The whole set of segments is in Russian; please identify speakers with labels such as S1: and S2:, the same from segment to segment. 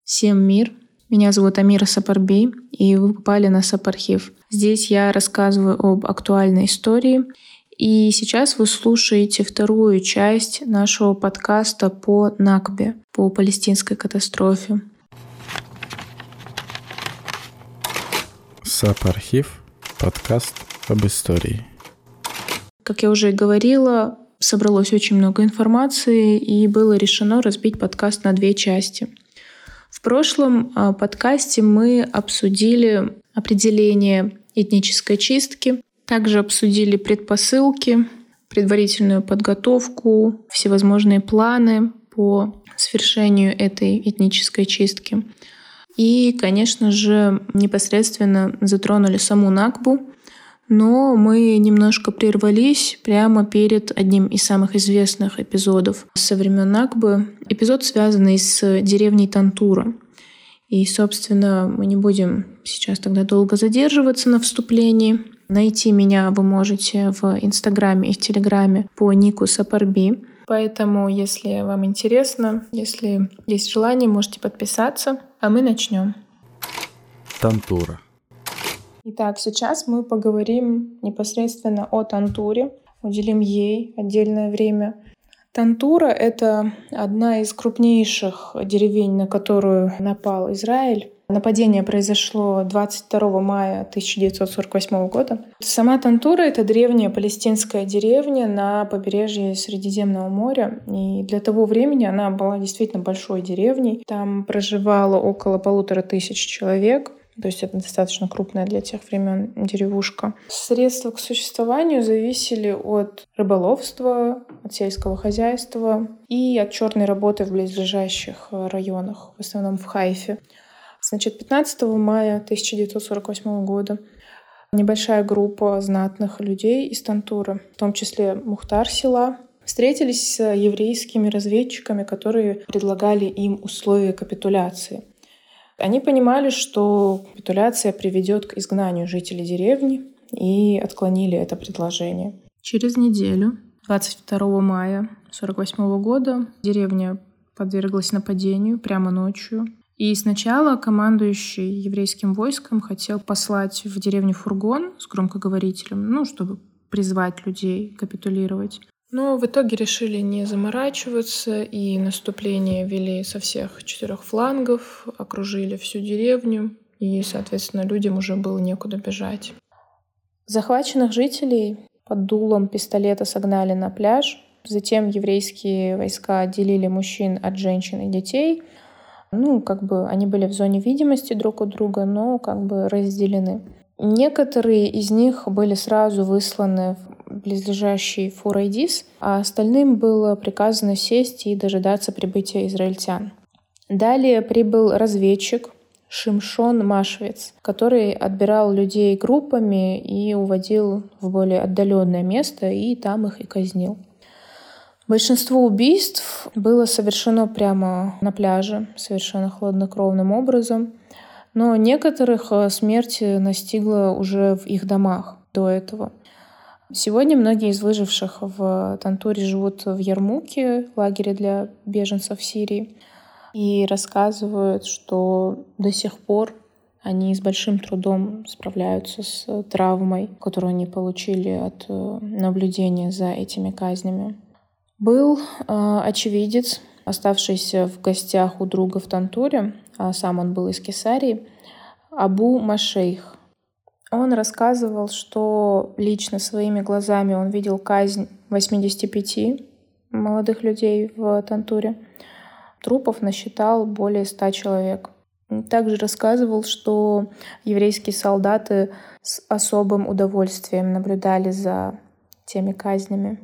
S1: Всем мир! Меня зовут Амира Сапарби, и вы попали на Сапархив. Здесь я рассказываю об актуальной истории. И сейчас вы слушаете вторую часть нашего подкаста по Накбе, по палестинской катастрофе.
S2: Сапархив — подкаст об истории.
S1: Как я уже и говорила, собралось очень много информации, и было решено разбить подкаст на две части. В прошлом подкасте мы обсудили определение этнической чистки, также обсудили предпосылки, предварительную подготовку, всевозможные планы по свершению этой этнической чистки. И, конечно же, непосредственно затронули саму Накбу, но мы немножко прервались прямо перед одним из самых известных эпизодов со времен Накбы. Эпизод, связанный с деревней Тантура. И, собственно, мы не будем сейчас тогда долго задерживаться на вступлении. Найти меня вы можете в Инстаграме и в Телеграме по нику Сапарби. Поэтому, если вам интересно, если есть желание, можете подписаться. А мы начнем.
S2: Тантура.
S1: Итак, сейчас мы поговорим непосредственно о Тантуре, уделим ей отдельное время. Тантура — это одна из крупнейших деревень, на которую напал Израиль. Нападение произошло 22 мая 1948 года. Сама Тантура — это древняя палестинская деревня на побережье Средиземного моря. И для того времени она была действительно большой деревней. Там проживало около 1500 человек. То есть это достаточно крупная для тех времен деревушка. Средства к существованию зависели от рыболовства, от сельского хозяйства и от черной работы в близлежащих районах, в основном в Хайфе. Значит, 15 мая 1948 года небольшая группа знатных людей из Тантуры, в том числе Мухтар села, встретились с еврейскими разведчиками, которые предлагали им условия капитуляции. Они понимали, что капитуляция приведет к изгнанию жителей деревни, и отклонили это предложение. Через неделю, 22 мая 1948 года, деревня подверглась нападению прямо ночью. И сначала командующий еврейским войском хотел послать в деревню фургон с громкоговорителем, чтобы призвать людей капитулировать. Но в итоге решили не заморачиваться, и наступление вели со всех 4 флангов, окружили всю деревню, и, соответственно, людям уже было некуда бежать. Захваченных жителей под дулом пистолета согнали на пляж. Затем еврейские войска отделили мужчин от женщин и детей. Они были в зоне видимости друг от друга, но разделены. Некоторые из них были сразу высланы в близлежащий Фур-Айдис, а остальным было приказано сесть и дожидаться прибытия израильтян. Далее прибыл разведчик Шимшон Машвец, который отбирал людей группами и уводил в более отдаленное место, и там их и казнил. Большинство убийств было совершено прямо на пляже, совершенно хладнокровным образом. Но некоторых смерть настигла уже в их домах до этого. Сегодня многие из выживших в Тантуре живут в Ярмуке, лагере для беженцев в Сирии, и рассказывают, что до сих пор они с большим трудом справляются с травмой, которую они получили от наблюдения за этими казнями. Был очевидец, оставшийся в гостях у друга в Тантуре, а сам он был из Кесарии, Абу Машейх. Он рассказывал, что лично своими глазами он видел казнь 85 молодых людей в Тантуре. Трупов насчитал более 100 человек. Также рассказывал, что еврейские солдаты с особым удовольствием наблюдали за теми казнями.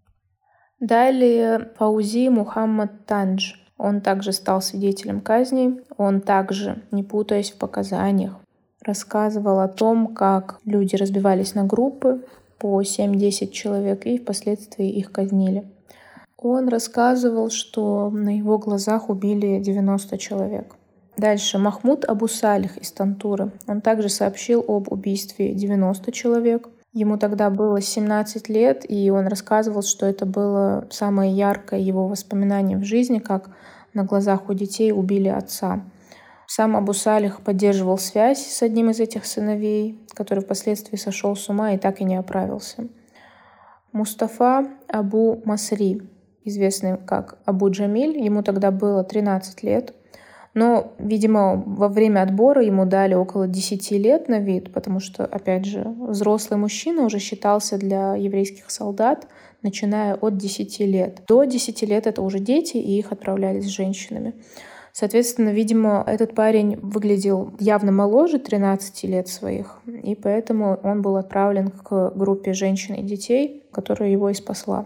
S1: Далее Фаузи Мухаммад Тандж. Он также стал свидетелем казней. Он также, не путаясь в показаниях, рассказывал о том, как люди разбивались на группы по 7-10 человек и впоследствии их казнили. Он рассказывал, что на его глазах убили 90 человек. Дальше Махмуд Абу Салих из Тантуры. Он также сообщил об убийстве 90 человек. Ему тогда было 17 лет, и он рассказывал, что это было самое яркое его воспоминание в жизни, как на глазах у детей убили отца. Сам Абу Салих поддерживал связь с одним из этих сыновей, который впоследствии сошел с ума и так и не оправился. Мустафа Абу Масри, известный как Абу Джамиль, ему тогда было 13 лет. Но, видимо, во время отбора ему дали около 10 лет на вид, потому что, опять же, взрослый мужчина уже считался для еврейских солдат, начиная от 10 лет. До 10 лет это уже дети, и их отправляли с женщинами. Соответственно, видимо, этот парень выглядел явно моложе 13 лет своих, и поэтому он был отправлен к группе женщин и детей, которая его и спасла.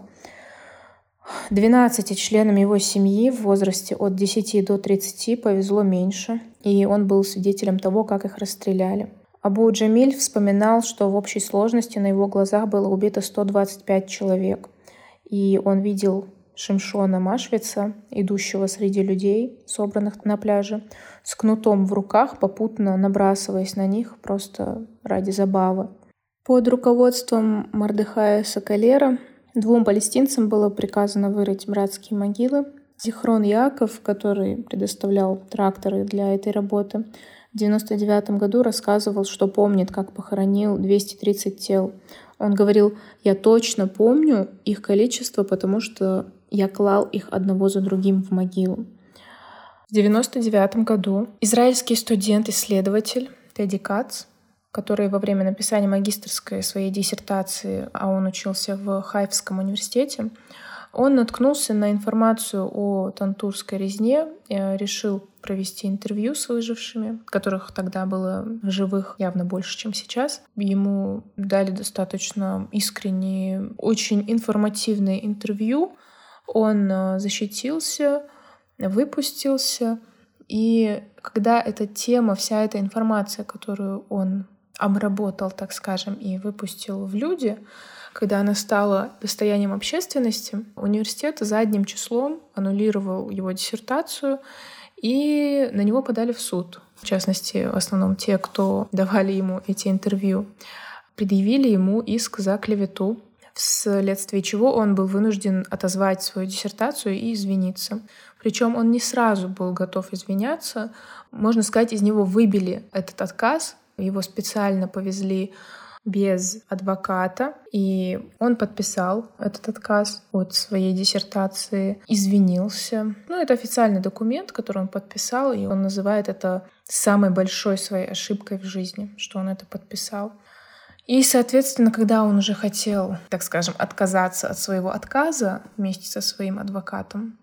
S1: 12 членам его семьи в возрасте от 10 до 30 повезло меньше, и он был свидетелем того, как их расстреляли. Абу Джамиль вспоминал, что в общей сложности на его глазах было убито 125 человек, и он видел Шимшона Машвица, идущего среди людей, собранных на пляже, с кнутом в руках, попутно набрасываясь на них просто ради забавы. Под руководством Мордехая Соколера 2 палестинцам было приказано вырыть братские могилы. Зихрон Яаков, который предоставлял тракторы для этой работы, в 1999 году рассказывал, что помнит, как похоронил 230 тел. Он говорил: «Я точно помню их количество, потому что я клал их одного за другим в могилу». В 1999 году израильский студент-исследователь Теди Кац, который во время написания магистерской своей диссертации, а он учился в Хайфском университете, он наткнулся на информацию о тантурской резне и решил провести интервью с выжившими, которых тогда было в живых явно больше, чем сейчас. Ему дали достаточно искренние, очень информативные интервью. Он защитился, выпустился. И когда эта тема, вся эта информация, которую он обработал, так скажем, и выпустил в люди, когда она стала достоянием общественности, университет задним числом аннулировал его диссертацию, и на него подали в суд. В частности, в основном те, кто давали ему эти интервью, предъявили ему иск за клевету, вследствие чего он был вынужден отозвать свою диссертацию и извиниться. Причем он не сразу был готов извиняться. Можно сказать, из него выбили этот отказ. Его специально повезли без адвоката, и он подписал этот отказ от своей диссертации, извинился. Это официальный документ, который он подписал, и он называет это самой большой своей ошибкой в жизни, что он это подписал. И, соответственно, когда он уже хотел, так скажем, отказаться от своего отказа вместе со своим адвокатом,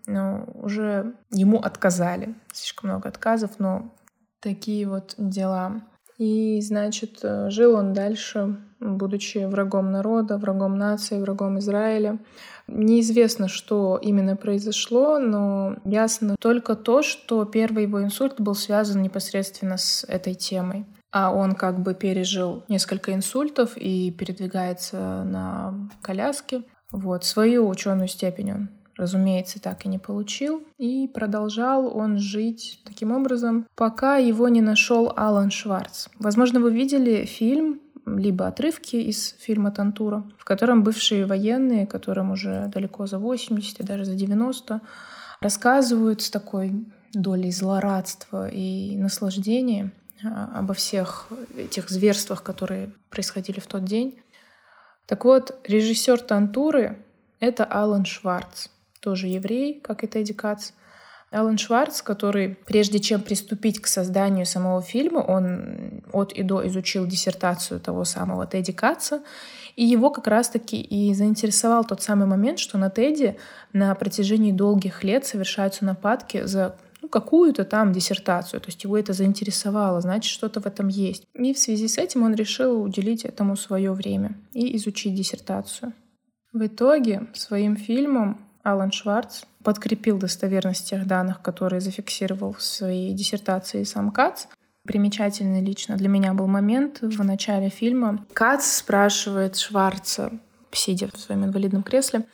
S1: уже ему отказали. Слишком много отказов, но такие вот дела. И, значит, жил он дальше, будучи врагом народа, врагом нации, врагом Израиля. Неизвестно, что именно произошло, но ясно только то, что первый его инсульт был связан непосредственно с этой темой. А он как бы пережил несколько инсультов и передвигается на коляске. Свою ученую степень он, разумеется, так и не получил. И продолжал он жить таким образом, пока его не нашел Алан Шварц. Возможно, вы видели фильм, либо отрывки из фильма «Тантура», в котором бывшие военные, которым уже далеко за 80 и даже за 90, рассказывают с такой долей злорадства и наслаждения обо всех этих зверствах, которые происходили в тот день. Так вот, режиссер «Тантуры» — это Алан Шварц, тоже еврей, как и Теди Кац. Алан Шварц, который, прежде чем приступить к созданию самого фильма, он от и до изучил диссертацию того самого Теди Каца, и его как раз-таки и заинтересовал тот самый момент, что на Теди на протяжении долгих лет совершаются нападки за какую-то там диссертацию. То есть его это заинтересовало, значит, что-то в этом есть. И в связи с этим он решил уделить этому свое время и изучить диссертацию. В итоге своим фильмом Алан Шварц подкрепил достоверность тех данных, которые зафиксировал в своей диссертации сам Кац. Примечательный лично для меня был момент в начале фильма. Кац спрашивает Шварца, сидя в своем инвалидном кресле: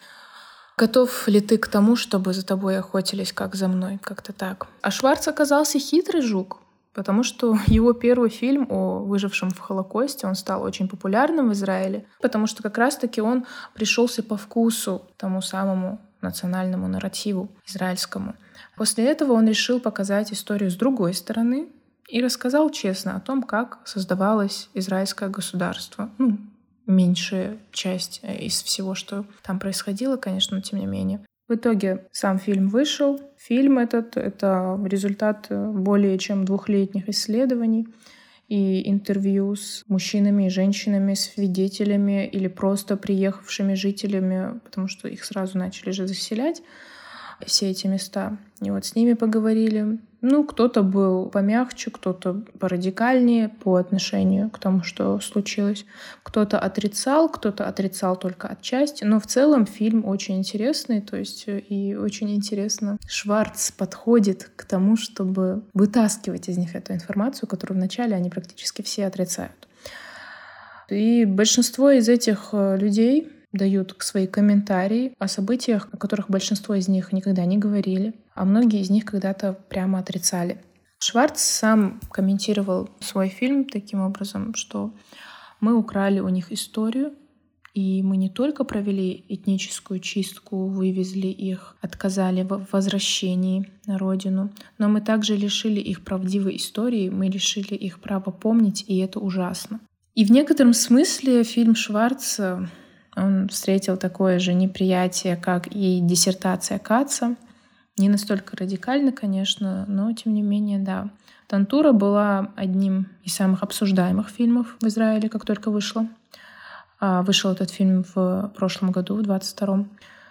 S1: «Готов ли ты к тому, чтобы за тобой охотились, как за мной?» Как-то так. А Шварц оказался хитрый жук, потому что его первый фильм о выжившем в Холокосте, он стал очень популярным в Израиле, потому что как раз-таки он пришелся по вкусу тому самому национальному нарративу израильскому. После этого он решил показать историю с другой стороны, и рассказал честно о том, как создавалось израильское государство. Меньшая часть из всего, что там происходило, конечно, но тем не менее. В итоге сам фильм вышел. Фильм этот — это результат более чем 2-летних исследований и интервью с мужчинами и женщинами, свидетелями или просто приехавшими жителями, потому что их сразу начали же заселять, все эти места. И вот с ними поговорили. Кто-то был помягче, кто-то порадикальнее по отношению к тому, что случилось. Кто-то отрицал только отчасти. Но в целом фильм очень интересный, то есть и очень интересно Шварц подходит к тому, чтобы вытаскивать из них эту информацию, которую вначале они практически все отрицают. И большинство из этих людей дают свои комментарии о событиях, о которых большинство из них никогда не говорили, а многие из них когда-то прямо отрицали. Шварц сам комментировал свой фильм таким образом, что мы украли у них историю, и мы не только провели этническую чистку, вывезли их, отказали в возвращении на родину, но мы также лишили их правдивой истории, мы лишили их права помнить, и это ужасно. И в некотором смысле фильм Шварца он встретил такое же неприятие, как и диссертация Каца. Не настолько радикально, конечно, но тем не менее, да. «Тантура» была одним из самых обсуждаемых фильмов в Израиле, как только вышла. Вышел этот фильм в прошлом году, в 22-м.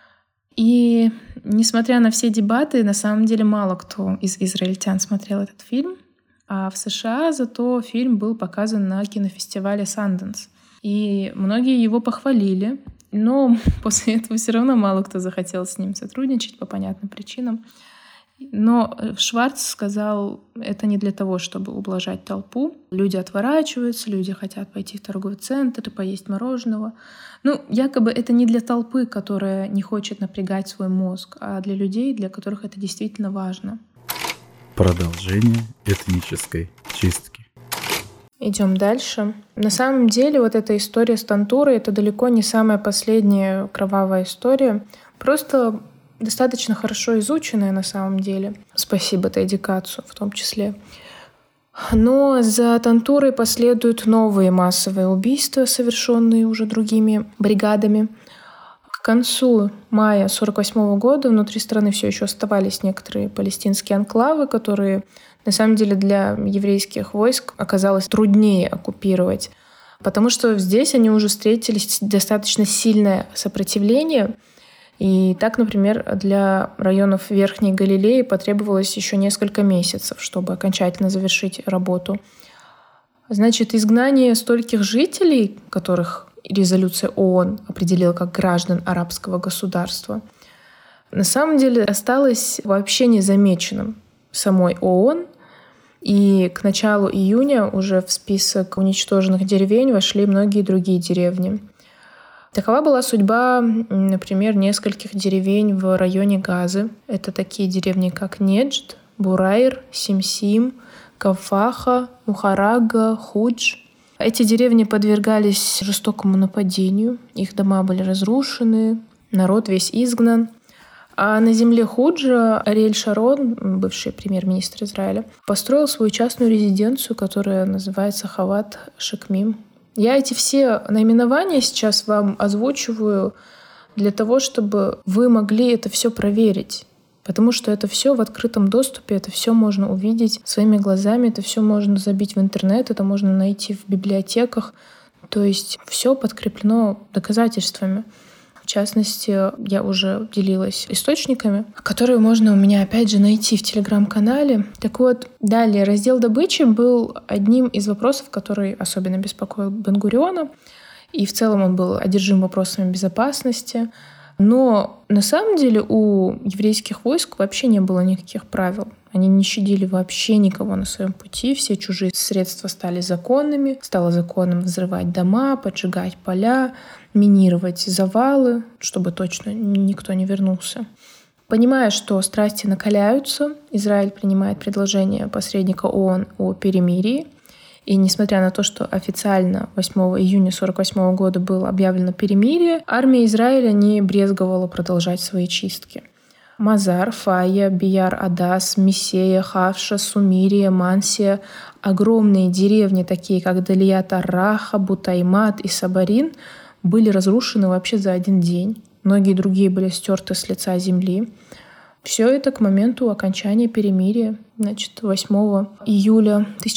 S1: И несмотря на все дебаты, на самом деле мало кто из израильтян смотрел этот фильм. А в США зато фильм был показан на кинофестивале «Санденс». И многие его похвалили, но после этого все равно мало кто захотел с ним сотрудничать по понятным причинам. Но Шварц сказал, это не для того, чтобы ублажать толпу. Люди отворачиваются, люди хотят пойти в торговый центр и поесть мороженого. Якобы это не для толпы, которая не хочет напрягать свой мозг, а для людей, для которых это действительно важно.
S2: Продолжение этнической чистки.
S1: Идем дальше. На самом деле вот эта история с Тантурой — это далеко не самая последняя кровавая история. Просто достаточно хорошо изученная на самом деле. Спасибо Тедди Кацу в том числе. Но за Тантурой последуют новые массовые убийства, совершенные уже другими бригадами. К концу мая 1948 года внутри страны все еще оставались некоторые палестинские анклавы, которые на самом деле для еврейских войск оказалось труднее оккупировать, потому что здесь они уже встретили достаточно сильное сопротивление. И так, например, для районов Верхней Галилеи потребовалось еще несколько месяцев, чтобы окончательно завершить работу. Значит, изгнание стольких жителей, которых резолюция ООН определила как граждан арабского государства, на самом деле осталось вообще незамеченным самой ООН. И к началу июня уже в список уничтоженных деревень вошли многие другие деревни. Такова была судьба, например, нескольких деревень в районе Газы. Это такие деревни, как Неджд, Бурайр, Симсим, Кафаха, Мухарага, Худж. Эти деревни подвергались жестокому нападению. Их дома были разрушены, народ весь изгнан. А на земле Худжа Ариэль Шарон, бывший премьер-министр Израиля, построил свою частную резиденцию, которая называется Хават Шекмим. Я эти все наименования сейчас вам озвучиваю для того, чтобы вы могли это все проверить. Потому что это все в открытом доступе, это все можно увидеть своими глазами, это все можно забить в интернет, это можно найти в библиотеках. То есть все подкреплено доказательствами. В частности, я уже делилась источниками, которые можно у меня опять же найти в телеграм-канале. Так вот, далее, раздел добычи был одним из вопросов, который особенно беспокоил Бен-Гуриона. И в целом он был одержим вопросами безопасности. Но на самом деле у еврейских войск вообще не было никаких правил. Они не щадили вообще никого на своем пути. Все чужие средства стали законными. Стало законом взрывать дома, поджигать поля, минировать завалы, чтобы точно никто не вернулся. Понимая, что страсти накаляются, Израиль принимает предложение посредника ООН о перемирии. И несмотря на то, что официально 8 июня 1948 года было объявлено перемирие, армия Израиля не брезговала продолжать свои чистки. Мазар, Фая, Бияр-Адас, Мисея, Хавша, Сумирия, Мансия. Огромные деревни, такие как Далият-ар-Раха, Бутаймат и Сабарин, были разрушены вообще за один день. Многие другие были стерты с лица земли. Все это к моменту окончания перемирия, 8 июля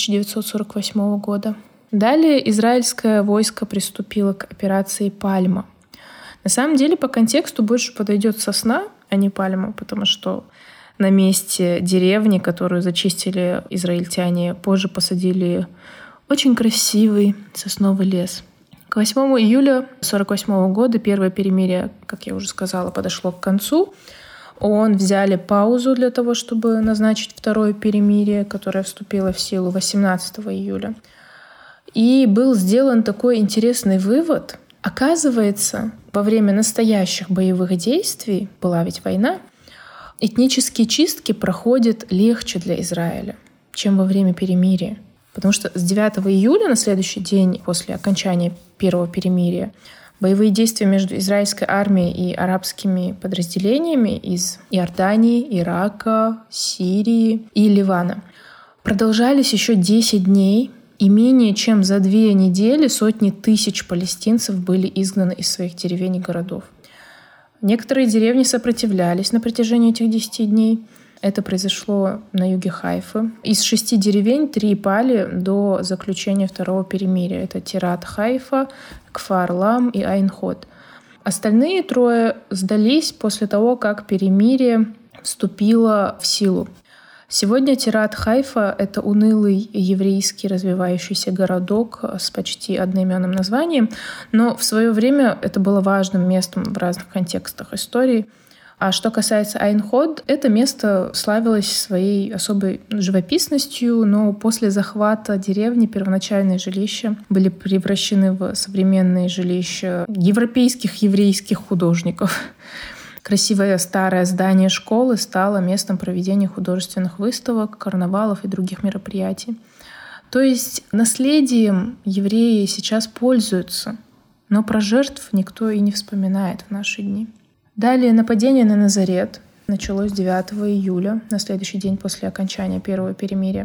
S1: 1948 года. Далее израильское войско приступило к операции «Пальма». На самом деле, по контексту больше подойдет сосна, а не пальма, потому что на месте деревни, которую зачистили израильтяне, позже посадили очень красивый сосновый лес. К 8 июля 1948 года первое перемирие, как я уже сказала, подошло к концу. ООН взяли паузу для того, чтобы назначить второе перемирие, которое вступило в силу 18 июля. И был сделан такой интересный вывод. Оказывается, во время настоящих боевых действий, была ведь война, этнические чистки проходят легче для Израиля, чем во время перемирия. Потому что с 9 июля, на следующий день после окончания первого перемирия, боевые действия между израильской армией и арабскими подразделениями из Иордании, Ирака, Сирии и Ливана продолжались еще 10 дней, и менее чем за 2 недели сотни тысяч палестинцев были изгнаны из своих деревень и городов. Некоторые деревни сопротивлялись на протяжении этих 10 дней. Это произошло на юге Хайфы. Из 6 деревень 3 пали до заключения второго перемирия. Это Тират-Хайфа, Кфар-Лам и Айн-Ход. Остальные 3 сдались после того, как перемирие вступило в силу. Сегодня Тират-Хайфа — это унылый еврейский развивающийся городок с почти одноименным названием, но в свое время это было важным местом в разных контекстах истории. А что касается Айн-Ход, это место славилось своей особой живописностью, но после захвата деревни первоначальные жилища были превращены в современные жилища европейских еврейских художников. Красивое старое здание школы стало местом проведения художественных выставок, карнавалов и других мероприятий. То есть наследием евреи сейчас пользуются, но про жертв никто и не вспоминает в наши дни. Далее нападение на Назарет началось 9 июля, на следующий день после окончания первого перемирия.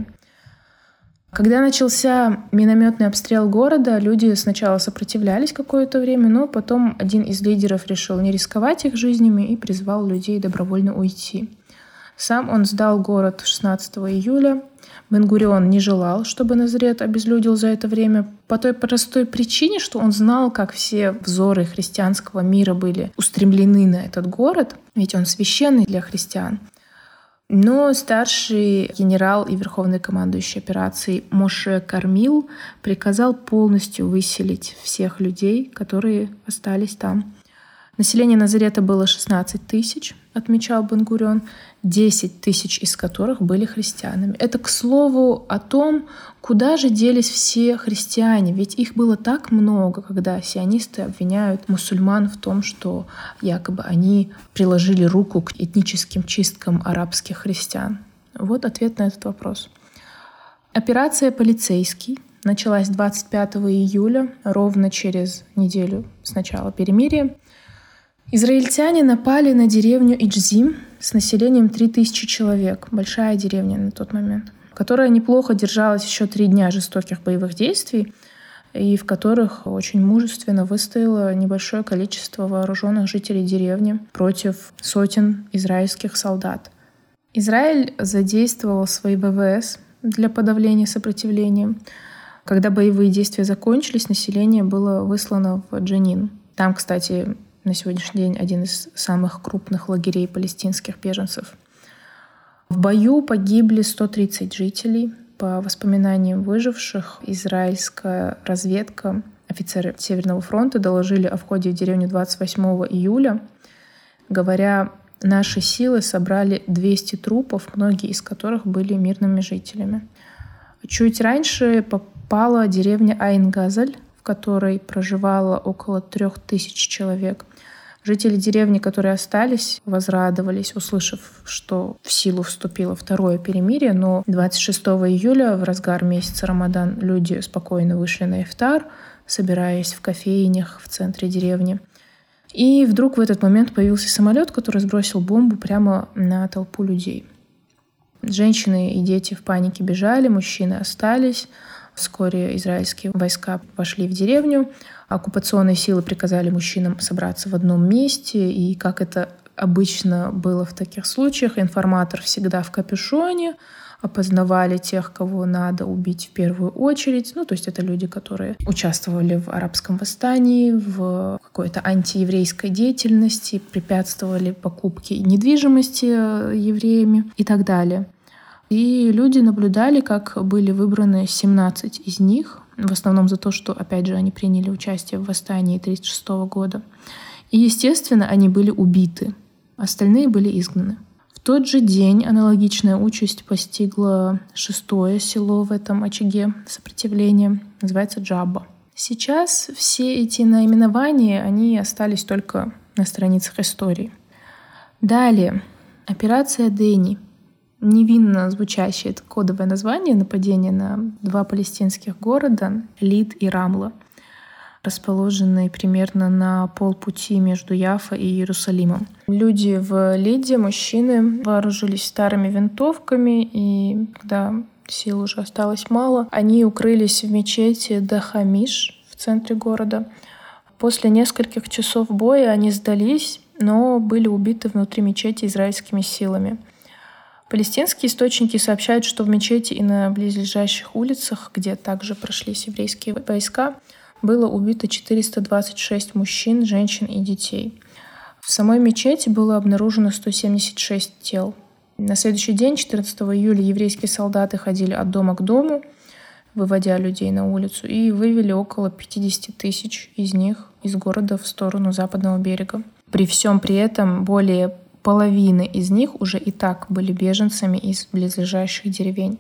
S1: Когда начался минометный обстрел города, люди сначала сопротивлялись какое-то время, но потом один из лидеров решил не рисковать их жизнями и призвал людей добровольно уйти. Сам он сдал город 16 июля. Бен-Гурион не желал, чтобы Назарет обезлюдил за это время, по той простой причине, что он знал, как все взоры христианского мира были устремлены на этот город, ведь он священный для христиан. Но старший генерал и верховный командующий операцией Моше Кармил приказал полностью выселить всех людей, которые остались там. Население Назарета было 16 тысяч, отмечал Бен-Гурион, 10 тысяч из которых были христианами. Это, к слову, о том, куда же делись все христиане. Ведь их было так много, когда сионисты обвиняют мусульман в том, что якобы они приложили руку к этническим чисткам арабских христиан. Вот ответ на этот вопрос. Операция «Полицейский» началась 25 июля, ровно через неделю с начала перемирия. Израильтяне напали на деревню Иджзим с населением 3000 человек, большая деревня на тот момент, которая неплохо держалась еще 3 дня жестоких боевых действий и в которых очень мужественно выстояло небольшое количество вооруженных жителей деревни против сотен израильских солдат. Израиль задействовал свои ВВС для подавления сопротивления. Когда боевые действия закончились, население было выслано в Джанин. Там, кстати, на сегодняшний день один из самых крупных лагерей палестинских беженцев. В бою погибли 130 жителей. По воспоминаниям выживших, израильская разведка, офицеры Северного фронта доложили о входе в деревню 28 июля. Говоря, наши силы собрали 200 трупов, многие из которых были мирными жителями. Чуть раньше попала деревня Айн-Газаль, в которой проживало около 3000 человек. Жители деревни, которые остались, возрадовались, услышав, что в силу вступило второе перемирие, но 26 июля, в разгар месяца Рамадан, люди спокойно вышли на ифтар, собираясь в кофейнях в центре деревни. И вдруг в этот момент появился самолет, который сбросил бомбу прямо на толпу людей. Женщины и дети в панике бежали, мужчины остались. Вскоре израильские войска вошли в деревню. Оккупационные силы приказали мужчинам собраться в одном месте. И как это обычно было в таких случаях, информатор всегда в капюшоне. Опознавали тех, кого надо убить в первую очередь. То есть это люди, которые участвовали в арабском восстании, в какой-то антиеврейской деятельности, препятствовали покупке недвижимости евреями и так далее. И люди наблюдали, как были выбраны 17 из них, в основном за то, что, опять же, они приняли участие в восстании 1936 года. И, естественно, они были убиты. Остальные были изгнаны. В тот же день аналогичная участь постигла 6-е село в этом очаге сопротивления, называется Джабба. Сейчас все эти наименования, они остались только на страницах истории. Далее, операция Дени. Невинно звучащее это кодовое название нападения на 2 палестинских города Лид и Рамла, расположенные примерно на полпути между Яффа и Иерусалимом. Люди в Лиде, мужчины, вооружились старыми винтовками, и когда сил уже осталось мало, они укрылись в мечети Дахамиш в центре города. После нескольких часов боя они сдались, но были убиты внутри мечети израильскими силами. Палестинские источники сообщают, что в мечети и на близлежащих улицах, где также прошлись еврейские войска, было убито 426 мужчин, женщин и детей. В самой мечети было обнаружено 176 тел. На следующий день, 14 июля, еврейские солдаты ходили от дома к дому, выводя людей на улицу, и вывели около 50 тысяч из них из города в сторону западного берега. При всем при этом более половины из них уже и так были беженцами из близлежащих деревень.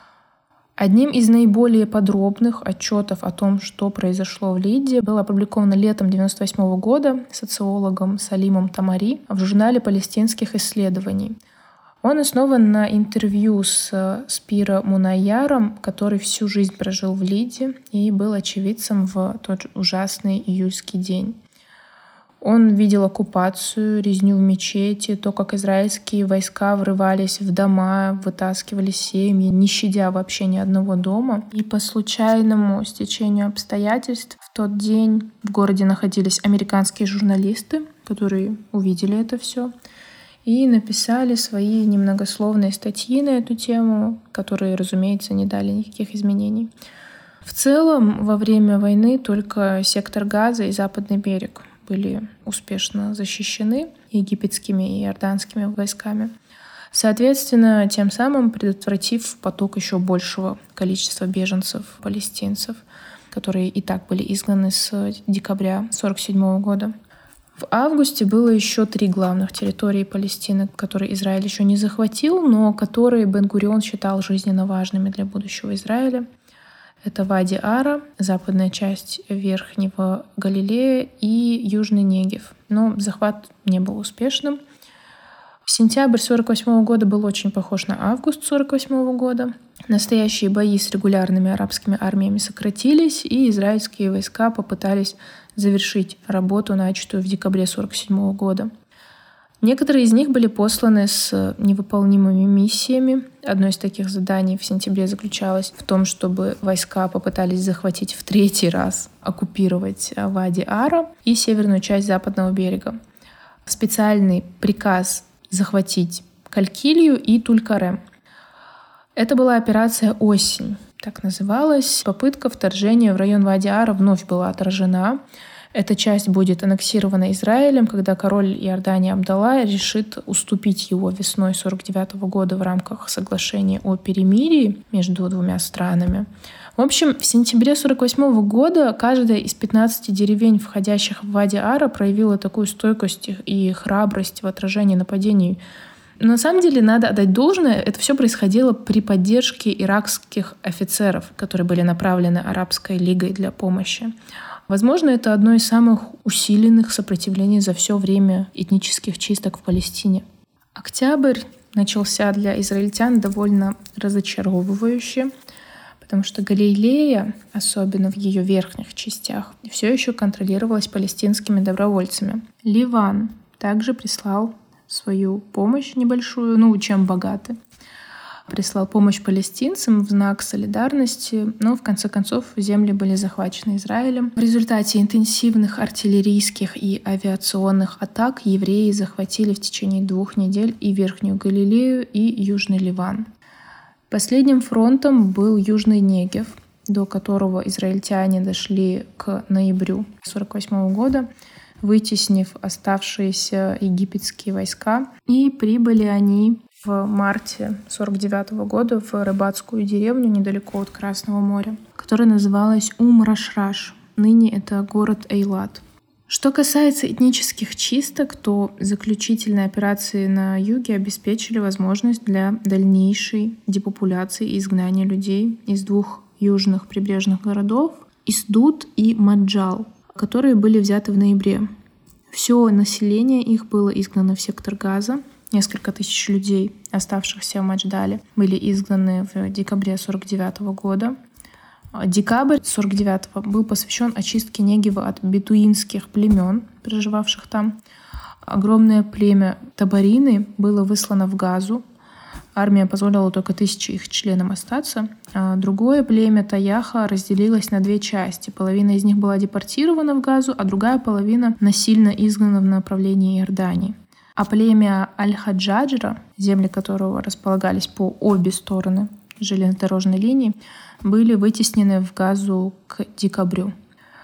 S1: Одним из наиболее подробных отчетов о том, что произошло в Лиде, было опубликовано летом 1998 года социологом Салимом Тамари в журнале палестинских исследований. Он основан на интервью с Спиро Мунайяром, который всю жизнь прожил в Лиде и был очевидцем в тот ужасный июльский день. Он видел оккупацию, резню в мечети, то, как израильские войска врывались в дома, вытаскивали семьи, не щадя вообще ни одного дома. И по случайному стечению обстоятельств в тот день в городе находились американские журналисты, которые увидели это все и написали свои немногословные статьи на эту тему, которые, разумеется, не дали никаких изменений. В целом, во время войны только сектор Газа и Западный берег были успешно защищены египетскими и иорданскими войсками, соответственно, тем самым предотвратив поток еще большего количества беженцев, палестинцев, которые и так были изгнаны с декабря 1947 года. В августе было еще 3 главных территории Палестины, которые Израиль еще не захватил, но которые Бен-Гурион считал жизненно важными для будущего Израиля. Это Вади-Ара, западная часть Верхнего Галилея и Южный Негев. Но захват не был успешным. Сентябрь 1948 года был очень похож на август 1948 года. Настоящие бои с регулярными арабскими армиями сократились, и израильские войска попытались завершить работу, начатую в декабре 1947 года. Некоторые из них были посланы с невыполнимыми миссиями. Одно из таких заданий в сентябре заключалось в том, чтобы войска попытались захватить в 3-й раз, оккупировать Вади-Ара и северную часть западного берега. Специальный приказ захватить Калькилью и Туль-Карем. Это была операция «Осень», так называлась. Попытка вторжения в район Вади-Ара вновь была отражена. Эта часть будет аннексирована Израилем, когда король Иордании Абдалла решит уступить его весной 1949 года в рамках соглашения о перемирии между 2 странами. В общем, в сентябре 1948 года каждая из 15 деревень, входящих в Вади-Ара, проявила такую стойкость и храбрость в отражении нападений. Но на самом деле, надо отдать должное, это все происходило при поддержке иракских офицеров, которые были направлены Арабской лигой для помощи. Возможно, это одно из самых усиленных сопротивлений за все время этнических чисток в Палестине. Октябрь начался для израильтян довольно разочаровывающе, потому что Галилея, особенно в ее верхних частях, все еще контролировалась палестинскими добровольцами. Ливан также прислал свою помощь небольшую, чем богаты. Прислал помощь палестинцам в знак солидарности, но в конце концов земли были захвачены Израилем. В результате интенсивных артиллерийских и авиационных атак евреи захватили в течение 2 недель и Верхнюю Галилею, и Южный Ливан. Последним фронтом был Южный Негев, до которого израильтяне дошли к ноябрю 1948 года, вытеснив оставшиеся египетские войска. И прибыли они в марте 1949 года в рыбацкую деревню недалеко от Красного моря, которая называлась Ум-Раш-Раш. Ныне это город Эйлат. Что касается этнических чисток, то заключительные операции на юге обеспечили возможность для дальнейшей депопуляции и изгнания людей из 2 южных прибрежных городов — Исдут и Маджал, которые были взяты в ноябре. Все население их было изгнано в сектор Газа. Несколько тысяч людей, оставшихся в Мадждале, были изгнаны в декабре 1949 года. Декабрь 1949 был посвящен очистке Негева от бедуинских племен, проживавших там. Огромное племя Табарины было выслано в Газу. Армия позволила только 1000 их членам остаться. А другое племя Таяха разделилось на 2 части. Половина из них была депортирована в Газу, а другая половина насильно изгнана в направлении Иордании. А племя Аль-Хаджаджра, земли которого располагались по обе стороны железнодорожной линии, были вытеснены в Газу к декабрю.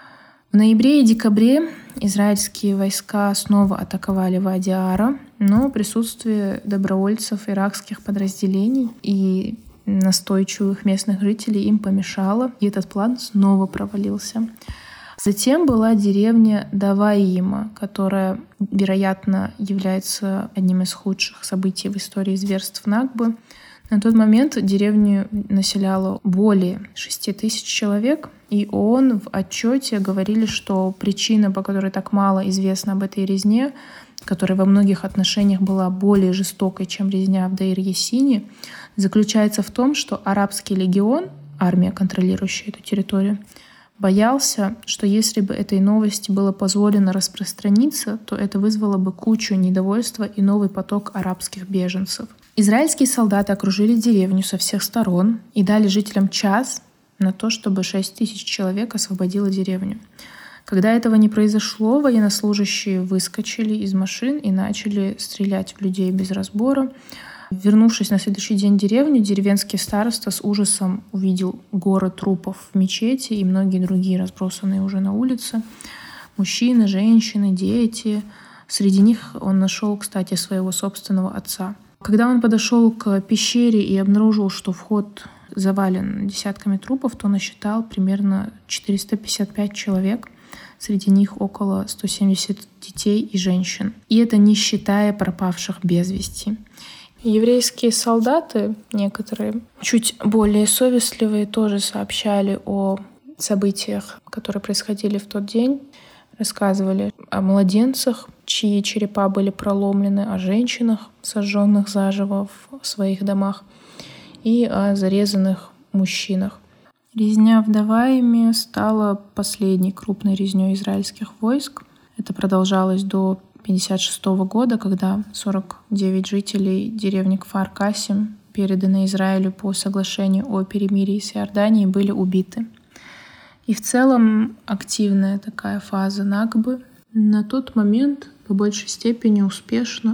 S1: В ноябре и декабре израильские войска снова атаковали Вади-Ара, но присутствие добровольцев иракских подразделений и настойчивых местных жителей им помешало, и этот план снова провалился. Затем была деревня Даваима, которая, вероятно, является одним из худших событий в истории зверств Накбы. На тот момент деревню населяло более 6000 человек, и ООН в отчете говорили, что причина, по которой так мало известно об этой резне, которая во многих отношениях была более жестокой, чем резня в Дейр-Ясине, заключается в том, что арабский легион, армия, контролирующая эту территорию, боялся, что если бы этой новости было позволено распространиться, то это вызвало бы кучу недовольства и новый поток арабских беженцев. Израильские солдаты окружили деревню со всех сторон и дали жителям час на то, чтобы 6000 человек освободило деревню. Когда этого не произошло, военнослужащие выскочили из машин и начали стрелять в людей без разбора. Вернувшись на следующий день в деревню, деревенский староста с ужасом увидел горы трупов в мечети и многие другие разбросанные уже на улице. Мужчины, женщины, дети. Среди них он нашел, кстати, своего собственного отца. Когда он подошел к пещере и обнаружил, что вход завален десятками трупов, то насчитал примерно 455 человек. Среди них около 170 детей и женщин. И это не считая пропавших без вести. Еврейские солдаты, некоторые чуть более совестливые, тоже сообщали о событиях, которые происходили в тот день. Рассказывали о младенцах, чьи черепа были проломлены, о женщинах, сожженных заживо в своих домах, и о зарезанных мужчинах. Резня в Даваиме стала последней крупной резней израильских войск. Это продолжалось до 1956 года, когда 49 жителей деревни Кфар-Касим, переданные Израилю по соглашению о перемирии с Иорданией, были убиты. И в целом активная такая фаза Накбы на тот момент по большей степени успешно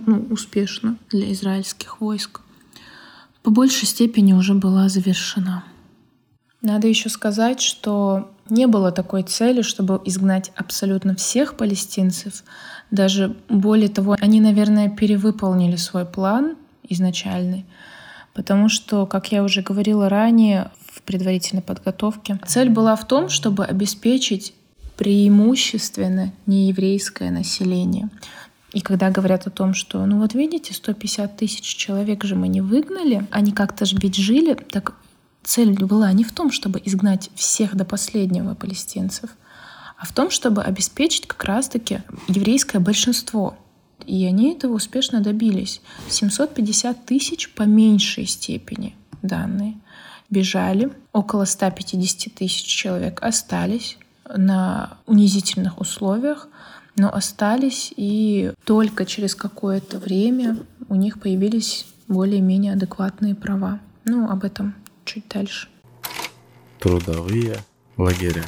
S1: для израильских войск, по большей степени уже была завершена. Надо еще сказать, что не было такой цели, чтобы изгнать абсолютно всех палестинцев. Даже более того, они, наверное, перевыполнили свой план изначальный, потому что, как я уже говорила ранее в предварительной подготовке, цель была в том, чтобы обеспечить преимущественно нееврейское население. И когда говорят о том, что, вот видите, 150 тысяч человек же мы не выгнали, они как-то же ведь жили, так цель была не в том, чтобы изгнать всех до последнего палестинцев, а в том, чтобы обеспечить как раз-таки еврейское большинство. И они этого успешно добились. 750 тысяч по меньшей степени данные. бежали. Около 150 тысяч человек остались на унизительных условиях, но остались, и только через какое-то время у них появились более-менее адекватные права. Об этом чуть дальше.
S2: Трудовые лагеря.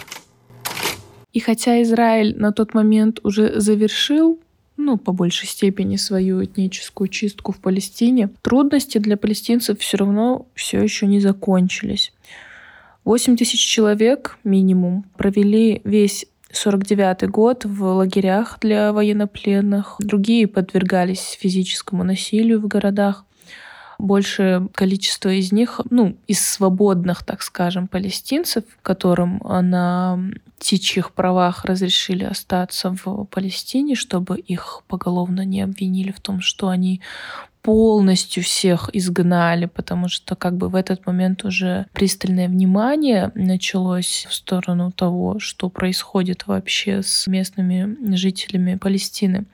S1: И хотя Израиль на тот момент уже завершил, по большей степени, свою этническую чистку в Палестине, трудности для палестинцев все равно все еще не закончились. 8 тысяч человек минимум провели весь 49-й год в лагерях для военнопленных. Другие подвергались физическому насилию в городах. Большее количество из них, из свободных, так скажем, палестинцев, которым на птичьих правах разрешили остаться в Палестине, чтобы их поголовно не обвинили в том, что они полностью всех изгнали, потому что в этот момент уже пристальное внимание началось в сторону того, что происходит вообще с местными жителями Палестины.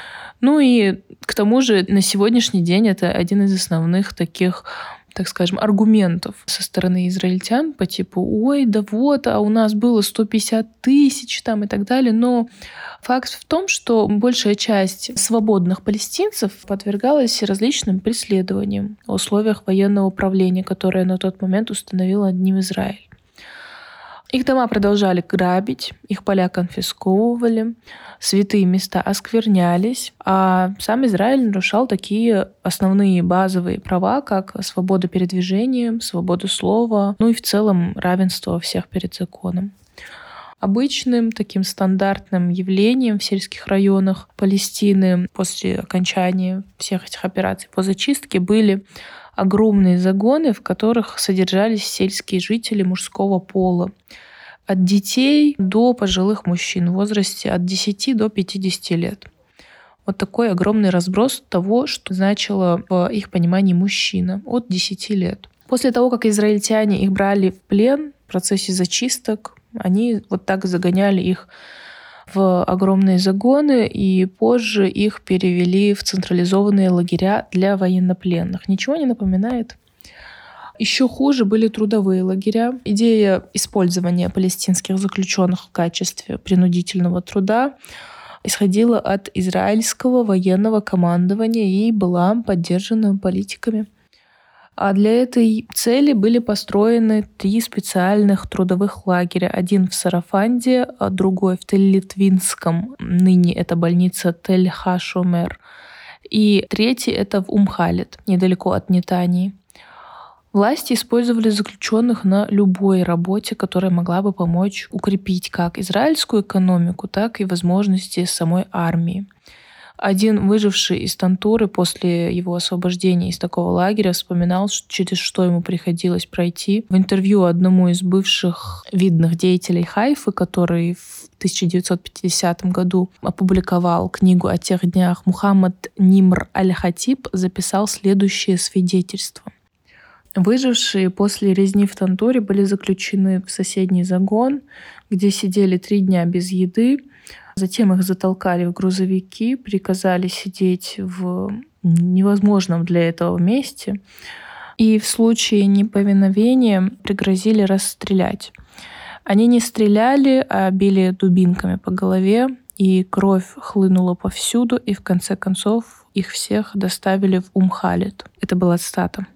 S1: И к тому же на сегодняшний день это один из основных таких, так скажем, аргументов со стороны израильтян по типу «Ой, да вот, а у нас было 150 тысяч» и так далее. Но факт в том, что большая часть свободных палестинцев подвергалась различным преследованиям в условиях военного правления, которое на тот момент установил над ним Израиль. Их дома продолжали грабить, их поля конфисковывали, святые места осквернялись, а сам Израиль нарушал такие основные базовые права, как свобода передвижения, свобода слова, и в целом равенство всех перед законом. Обычным таким стандартным явлением в сельских районах Палестины после окончания всех этих операций по зачистке были огромные загоны, в которых содержались сельские жители мужского пола. От детей до пожилых мужчин в возрасте от 10 до 50 лет. Вот такой огромный разброс того, что значило в их понимании мужчина от 10 лет. После того, как израильтяне их брали в плен в процессе зачисток, они вот так загоняли их в огромные загоны, и позже их перевели в централизованные лагеря для военнопленных. Ничего не напоминает? Еще хуже были трудовые лагеря. Идея использования палестинских заключенных в качестве принудительного труда исходила от израильского военного командования и была поддержана политиками. А для этой цели были построены 3 специальных трудовых лагеря. Один в Сарафанде, а другой в Тель-Литвинском, ныне это больница Тель-Ха-Шомер. И третий это в Ум-Халет, недалеко от Нетании. Власти использовали заключенных на любой работе, которая могла бы помочь укрепить как израильскую экономику, так и возможности самой армии. Один выживший из Тантуры после его освобождения из такого лагеря вспоминал, через что ему приходилось пройти. В интервью одному из бывших видных деятелей Хайфы, который в 1950 году опубликовал книгу о тех днях, Мухаммад Нимр Аль-Хатиб записал следующее свидетельство. Выжившие после резни в Тантуре были заключены в соседний загон, где сидели 3 дня без еды. Затем их затолкали в грузовики, приказали сидеть в невозможном для этого месте. И в случае неповиновения пригрозили расстрелять. Они не стреляли, а били дубинками по голове, и кровь хлынула повсюду, и в конце концов их всех доставили в Ум-Халет. Это была цитата.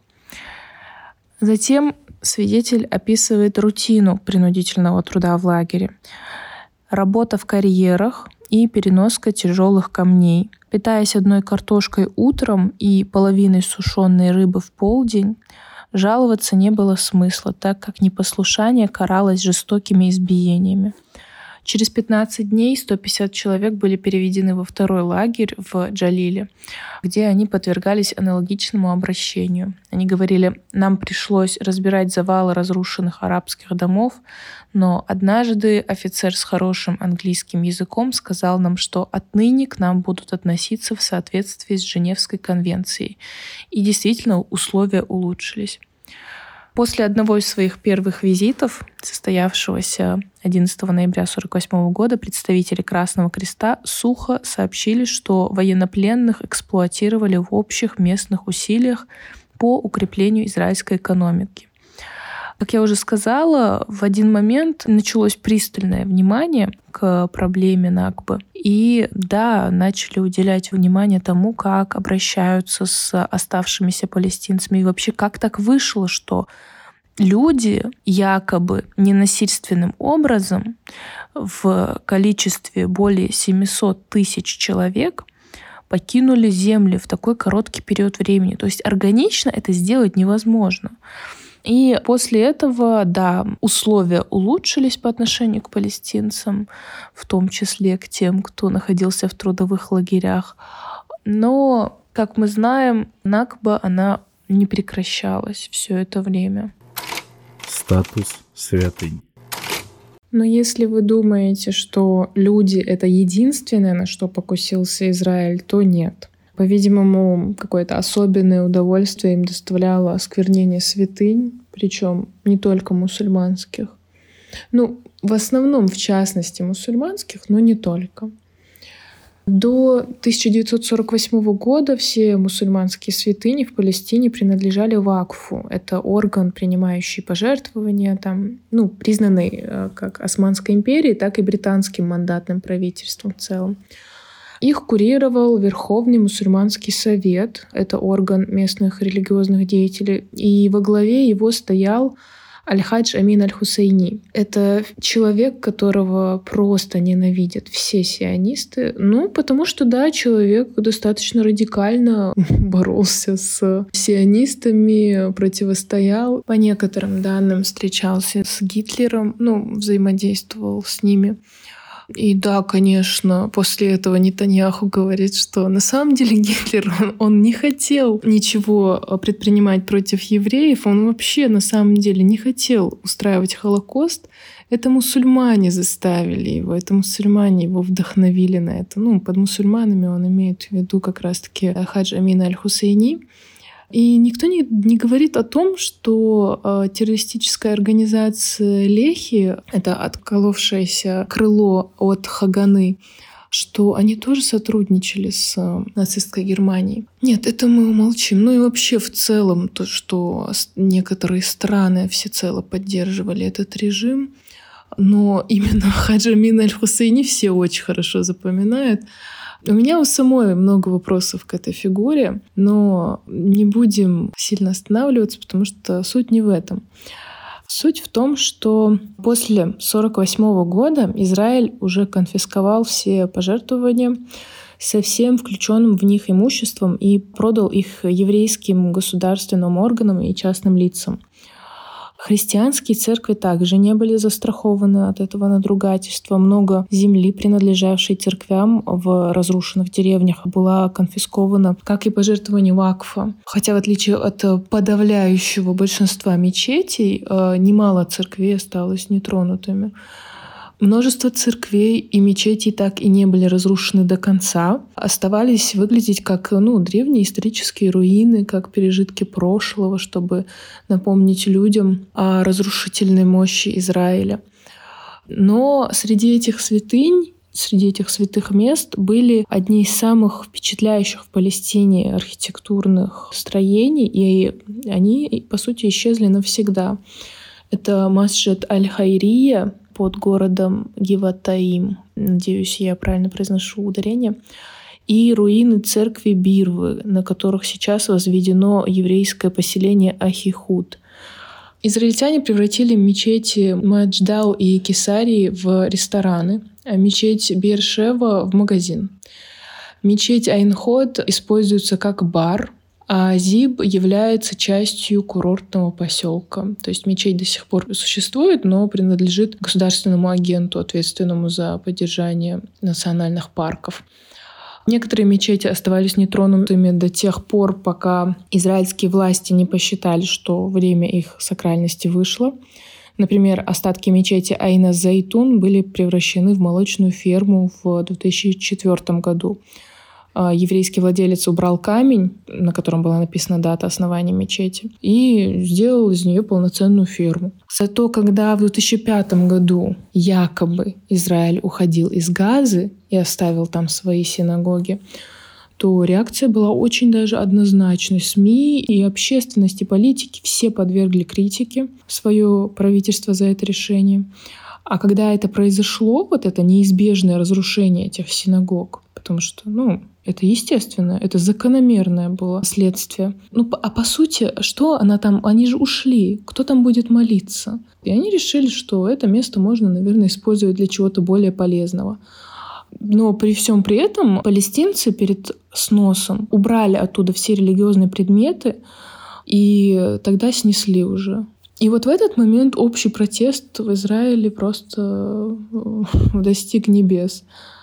S1: Затем свидетель описывает рутину принудительного труда в лагере. Работа в карьерах и переноска тяжелых камней. Питаясь одной картошкой утром и половиной сушеной рыбы в полдень, жаловаться не было смысла, так как непослушание каралось жестокими избиениями. Через 15 дней 150 человек были переведены во второй лагерь в Джалиле, где они подвергались аналогичному обращению. Они говорили: «Нам пришлось разбирать завалы разрушенных арабских домов, но однажды офицер с хорошим английским языком сказал нам, что отныне к нам будут относиться в соответствии с Женевской конвенцией». И действительно условия улучшились. После одного из своих первых визитов, состоявшегося 11 ноября 1948 года, представители Красного Креста сухо сообщили, что военнопленных эксплуатировали в общих местных усилиях по укреплению израильской экономики. Как я уже сказала, в один момент началось пристальное внимание к проблеме Накбы. И да, начали уделять внимание тому, как обращаются с оставшимися палестинцами. И вообще, как так вышло, что люди якобы ненасильственным образом в количестве более 700 тысяч человек покинули земли в такой короткий период времени. То есть органично это сделать невозможно. И после этого, да, условия улучшились по отношению к палестинцам, в том числе к тем, кто находился в трудовых лагерях. Но, как мы знаем, Накба, она не прекращалась все это время.
S2: Статус святынь.
S1: Но если вы думаете, что люди — это единственное, на что покусился Израиль, то нет. По-видимому, какое-то особенное удовольствие им доставляло осквернение святынь, причем не только мусульманских. В основном, в частности, мусульманских, но не только. До 1948 года все мусульманские святыни в Палестине принадлежали Вакфу. Это орган, принимающий пожертвования, признанный как Османской империей, так и британским мандатным правительством в целом. Их курировал Верховный мусульманский совет. Это орган местных религиозных деятелей. И во главе его стоял Аль-Хадж Амин Аль-Хусейни. Это человек, которого просто ненавидят все сионисты. Потому что, да, человек достаточно радикально боролся с сионистами, противостоял. По некоторым данным, встречался с Гитлером, взаимодействовал с ними. И да, конечно, после этого Нетаньяху говорит, что на самом деле Гитлер, он не хотел ничего предпринимать против евреев, он вообще на самом деле не хотел устраивать Холокост. Это мусульмане заставили его, это мусульмане его вдохновили на это. Под мусульманами он имеет в виду как раз-таки Хадж Амина Аль-Хусейни. И никто не говорит о том, что террористическая организация Лехи, это отколовшееся крыло от Хаганы, что они тоже сотрудничали с нацистской Германией. Нет, это мы умолчим. И вообще в целом то, что некоторые страны всецело поддерживали этот режим, но именно Хадж Амин Аль-Хусейни все очень хорошо запоминают. У меня у самой много вопросов к этой фигуре, но не будем сильно останавливаться, потому что суть не в этом. Суть в том, что после 1948 года Израиль уже конфисковал все пожертвования со всем включенным в них имуществом и продал их еврейским государственным органам и частным лицам. Христианские церкви также не были застрахованы от этого надругательства. Много земли, принадлежавшей церквям в разрушенных деревнях, была конфискована, как и пожертвования Вакфа. Хотя, в отличие от подавляющего большинства мечетей, немало церквей осталось нетронутыми. Множество церквей и мечетей так и не были разрушены до конца, оставались выглядеть как древние исторические руины, как пережитки прошлого, чтобы напомнить людям о разрушительной мощи Израиля. Но среди этих святынь, среди этих святых мест были одни из самых впечатляющих в Палестине архитектурных строений, и они, по сути, исчезли навсегда. Это Масджид Аль-Хайрия под городом Гиватаим, надеюсь, я правильно произношу ударение, и руины церкви Бирвы, на которых сейчас возведено еврейское поселение Ахихуд. Израильтяне превратили мечети Мадждау и Кесарии в рестораны, а мечеть Беэр-Шева в магазин. Мечеть Айн-Ход используется как бар, а Зиб является частью курортного поселка. То есть мечеть до сих пор существует, но принадлежит государственному агенту, ответственному за поддержание национальных парков. Некоторые мечети оставались нетронутыми до тех пор, пока израильские власти не посчитали, что время их сакральности вышло. Например, остатки мечети Айна-Зайтун были превращены в молочную ферму в 2004 году. Еврейский владелец убрал камень, на котором была написана дата основания мечети, и сделал из нее полноценную ферму. Зато когда в 2005 году якобы Израиль уходил из Газы и оставил там свои синагоги, то реакция была очень даже однозначной. СМИ и общественность, и политики все подвергли критике свое правительство за это решение. А когда это произошло, вот это неизбежное разрушение этих синагог, потому что, это естественно, это закономерное было следствие. А по сути, что она там? Они же ушли. Кто там будет молиться? И они решили, что это место можно, наверное, использовать для чего-то более полезного. Но при всем при этом палестинцы перед сносом убрали оттуда все религиозные предметы и тогда снесли уже. И вот в этот момент общий протест в Израиле просто достиг небес.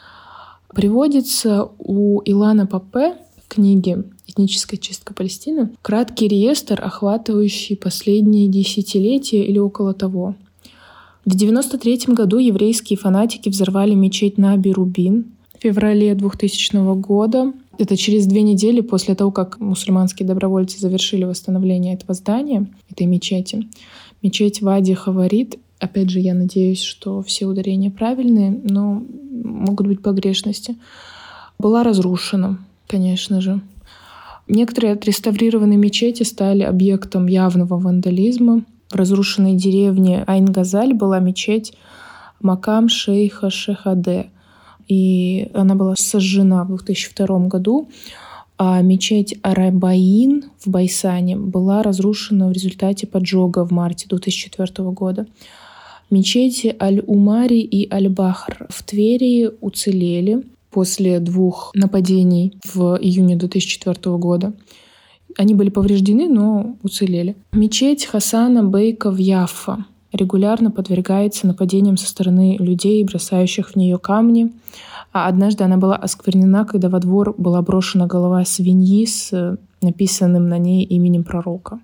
S1: Приводится у Илана Папе в книге «Этническая чистка Палестины» краткий реестр, охватывающий последние десятилетия или около того. В 1993 году еврейские фанатики взорвали мечеть Наби-Рубин в феврале 2000 года. Это через 2 недели после того, как мусульманские добровольцы завершили восстановление этого здания, этой мечети. Мечеть Вади Хаварит. Опять же, я надеюсь, что все ударения правильные, но могут быть погрешности. Была разрушена, конечно же. Некоторые отреставрированные мечети стали объектом явного вандализма. В разрушенной деревне Айн-Газаль была мечеть Макам шейха Шехаде. И она была сожжена в 2002 году. А мечеть Арабаин в Байсане была разрушена в результате поджога в марте 2004 года. Мечети Аль-Умари и Аль-Бахр в Твери уцелели после 2 нападений в июне 2004 года. Они были повреждены, но уцелели. Мечеть Хасана Бейка в Яффа регулярно подвергается нападениям со стороны людей, бросающих в нее камни. А однажды она была осквернена, когда во двор была брошена голова свиньи с написанным на ней именем пророка.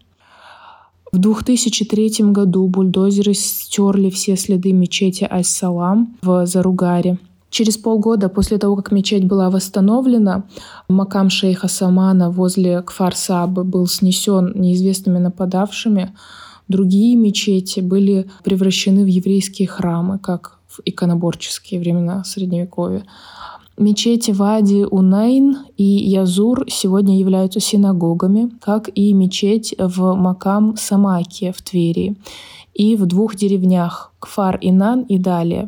S1: В 2003 году бульдозеры стерли все следы мечети Аль-Салам в Заругаре. Через полгода после того, как мечеть была восстановлена, макам шейха Самана возле Кфар-Сабы был снесен неизвестными нападавшими. Другие мечети были превращены в еврейские храмы, как в иконоборческие времена Средневековья. Мечети Вади Унайн и Язур сегодня являются синагогами, как и мечеть в Макам Самаке в Твери и в 2 деревнях Кфар-Инан и далее.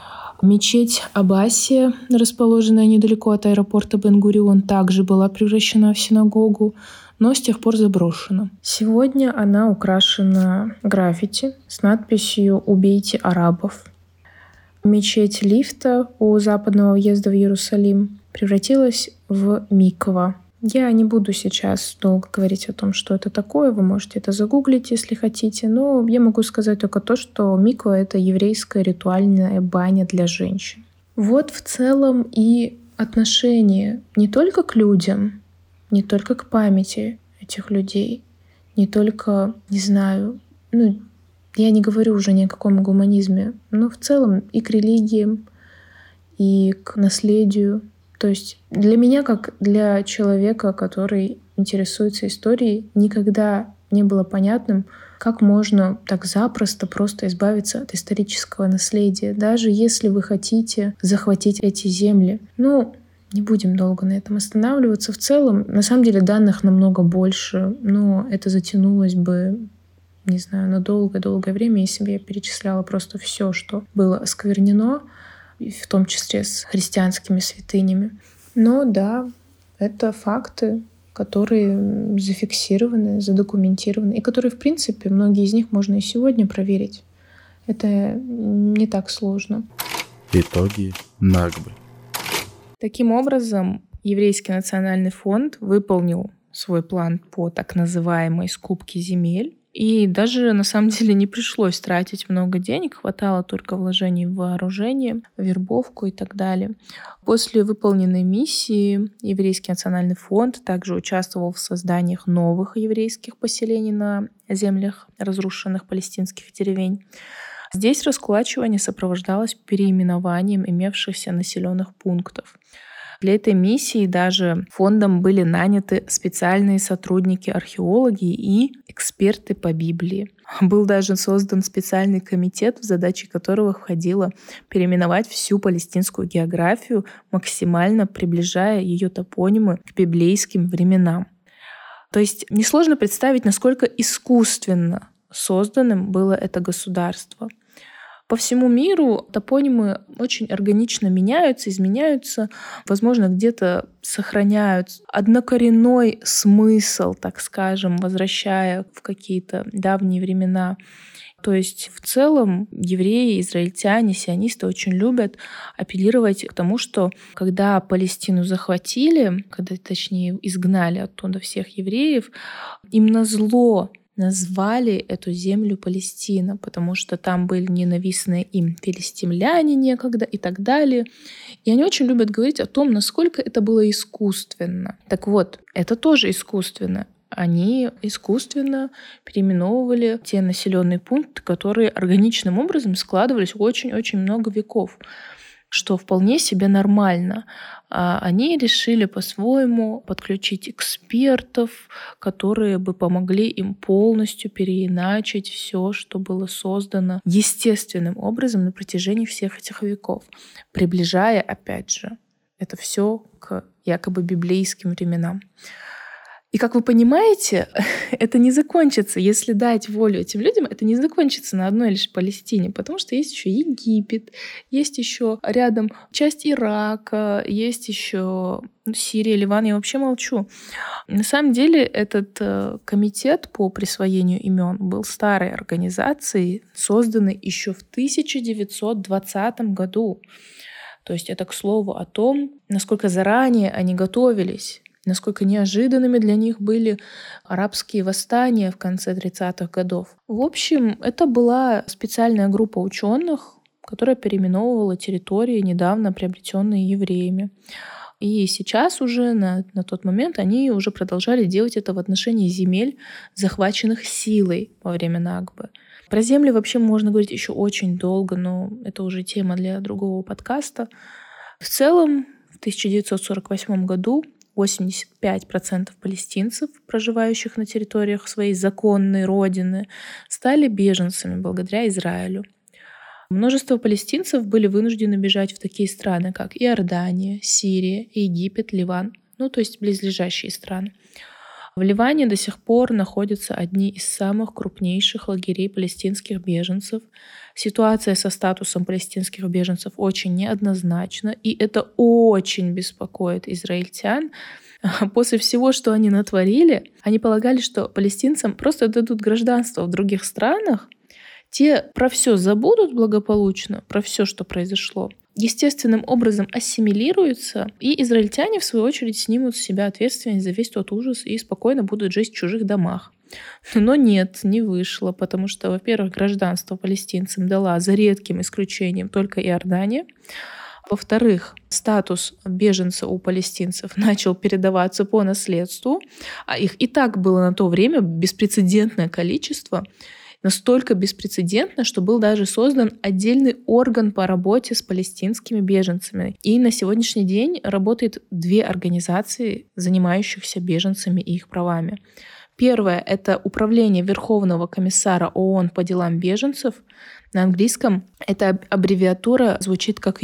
S1: Мечеть Аббасия, расположенная недалеко от аэропорта Бен-Гурион, также была превращена в синагогу, но с тех пор заброшена. Сегодня она украшена граффити с надписью «Убейте арабов». Мечеть Лифта у западного въезда в Иерусалим превратилась в миква. Я не буду сейчас долго говорить о том, что это такое, вы можете это загуглить, если хотите, но я могу сказать только то, что миква — это еврейская ритуальная баня для женщин. Вот в целом и отношение не только к людям, не только к памяти этих людей, не только, я не говорю уже ни о каком гуманизме, но в целом и к религиям, и к наследию. То есть для меня, как для человека, который интересуется историей, никогда не было понятным, как можно так запросто просто избавиться от исторического наследия, даже если вы хотите захватить эти земли. Не будем долго на этом останавливаться. В целом, на самом деле, данных намного больше, но это затянулось бы, на долгое-долгое время, если бы я перечисляла просто все, что было осквернено, в том числе с христианскими святынями. Но да, это факты, которые зафиксированы, задокументированы, и которые, в принципе, многие из них можно и сегодня проверить. Это не так сложно.
S2: Итоги Нагбы.
S1: Таким образом, Еврейский национальный фонд выполнил свой план по так называемой скупке земель. И даже, на самом деле, не пришлось тратить много денег, хватало только вложений в вооружение, вербовку и так далее. После выполненной миссии Еврейский национальный фонд также участвовал в созданиях новых еврейских поселений на землях разрушенных палестинских деревень. Здесь раскулачивание сопровождалось переименованием имевшихся населенных пунктов. Для этой миссии даже фондом были наняты специальные сотрудники-археологи и эксперты по Библии. Был даже создан специальный комитет, в задачи которого входило переименовать всю палестинскую географию, максимально приближая ее топонимы к библейским временам. То есть несложно представить, насколько искусственно созданным было это государство. По всему миру топонимы очень органично меняются, изменяются, возможно, где-то сохраняют однокоренной смысл, так скажем, возвращая в какие-то давние времена. То есть в целом евреи, израильтяне, сионисты очень любят апеллировать к тому, что когда Палестину захватили, когда, точнее, изгнали оттуда всех евреев, им назло назвали эту землю Палестина, потому что там были ненавистные им филистимляне некогда и так далее. И они очень любят говорить о том, насколько это было искусственно. Так вот, это тоже искусственно. Они искусственно переименовывали те населенные пункты, которые органичным образом складывались очень-очень много веков, что вполне себе нормально. Они решили по-своему подключить экспертов, которые бы помогли им полностью переиначить все, что было создано естественным образом на протяжении всех этих веков, приближая, опять же, это все к якобы библейским временам. И как вы понимаете, это не закончится, если дать волю этим людям, это не закончится на одной лишь Палестине, потому что есть еще Египет, есть еще рядом часть Ирака, есть еще Сирия, Ливан, я вообще молчу. На самом деле этот комитет по присвоению имен был старой организацией, созданной еще в 1920 году. То есть это к слову о том, насколько заранее они готовились, насколько неожиданными для них были арабские восстания в конце 30-х годов. В общем, это была специальная группа ученых, которая переименовывала территории, недавно приобретенные евреями. И сейчас уже, на тот момент, они уже продолжали делать это в отношении земель, захваченных силой во время Нагбы. Про земли вообще можно говорить еще очень долго, но это уже тема для другого подкаста. В целом, в 1948 году 85% палестинцев, проживающих на территориях своей законной родины, стали беженцами благодаря Израилю. Множество палестинцев были вынуждены бежать в такие страны, как Иордания, Сирия, Египет, Ливан, то есть близлежащие страны. В Ливане до сих пор находятся одни из самых крупнейших лагерей палестинских беженцев. Ситуация со статусом палестинских беженцев очень неоднозначна, и это очень беспокоит израильтян. После всего, что они натворили, они полагали, что палестинцам просто дадут гражданство в других странах, те про все забудут благополучно, про все, что произошло, естественным образом ассимилируются, и израильтяне, в свою очередь, снимут с себя ответственность за весь тот ужас и спокойно будут жить в чужих домах. Но нет, не вышло, потому что, во-первых, гражданство палестинцам дала за редким исключением только Иордания. Во-вторых, статус беженца у палестинцев начал передаваться по наследству, а их и так было на то время беспрецедентное количество. Настолько беспрецедентно, что был даже создан отдельный орган по работе с палестинскими беженцами. И на сегодняшний день работает 2 организации, занимающихся беженцами и их правами. Первое — это Управление Верховного комиссара ООН по делам беженцев. На английском эта аббревиатура звучит как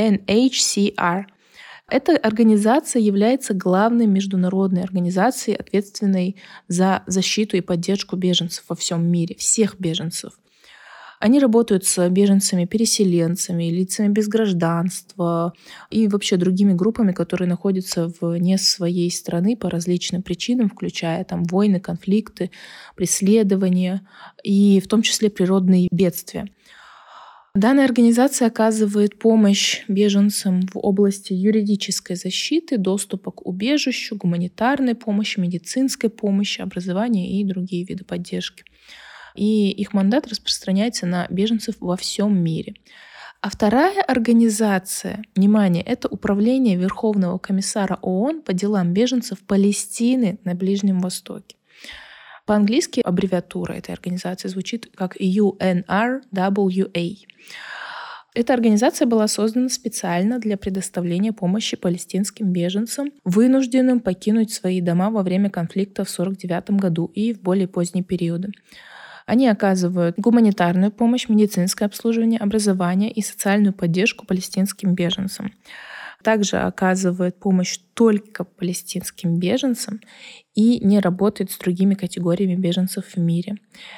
S1: UNHCR. Эта организация является главной международной организацией, ответственной за защиту и поддержку беженцев во всем мире, всех беженцев. Они работают с беженцами-переселенцами, лицами без гражданства и вообще другими группами, которые находятся вне своей страны по различным причинам, включая войны, конфликты, преследования и в том числе природные бедствия. Данная организация оказывает помощь беженцам в области юридической защиты, доступа к убежищу, гуманитарной помощи, медицинской помощи, образования и другие виды поддержки. И их мандат распространяется на беженцев во всем мире. А вторая организация, внимание, это Управление Верховного комиссара ООН по делам беженцев Палестины на Ближнем Востоке. По-английски аббревиатура этой организации звучит как UNRWA. Эта организация была создана специально для предоставления помощи палестинским беженцам, вынужденным покинуть свои дома во время конфликта в 1949 году и в более поздние периоды. Они оказывают гуманитарную помощь, медицинское обслуживание, образование и социальную поддержку палестинским беженцам. Также оказывает помощь только палестинским беженцам и не работает с другими категориями беженцев в мире.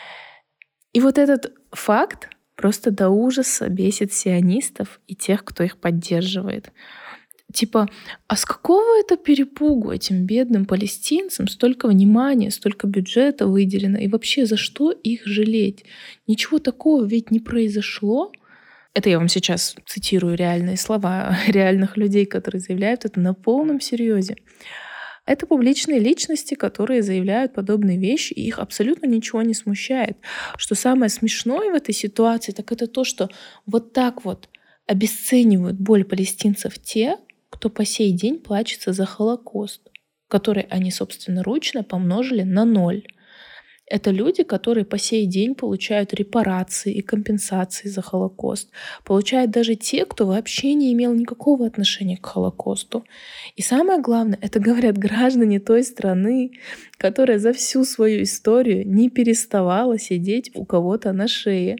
S1: И вот этот факт просто до ужаса бесит сионистов и тех, кто их поддерживает. Типа, а с какого это перепугу этим бедным палестинцам столько внимания, столько бюджета выделено, и вообще за что их жалеть? Ничего такого ведь не произошло. Это я вам сейчас цитирую реальные слова реальных людей, которые заявляют это на полном серьезе. Это публичные личности, которые заявляют подобные вещи, и их абсолютно ничего не смущает. Что самое смешное в этой ситуации, так это то, что вот так вот обесценивают боль палестинцев те, кто по сей день плачется за Холокост, который они собственноручно помножили на 0. Это люди, которые по сей день получают репарации и компенсации за Холокост. Получают даже те, кто вообще не имел никакого отношения к Холокосту. И самое главное, это говорят граждане той страны, которая за всю свою историю не переставала сидеть у кого-то на шее.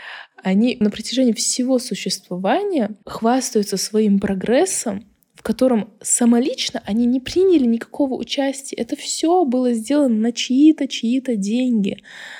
S1: Они на протяжении всего существования хвастаются своим прогрессом, в котором самолично они не приняли никакого участия. Это все было сделано на чьи-то деньги.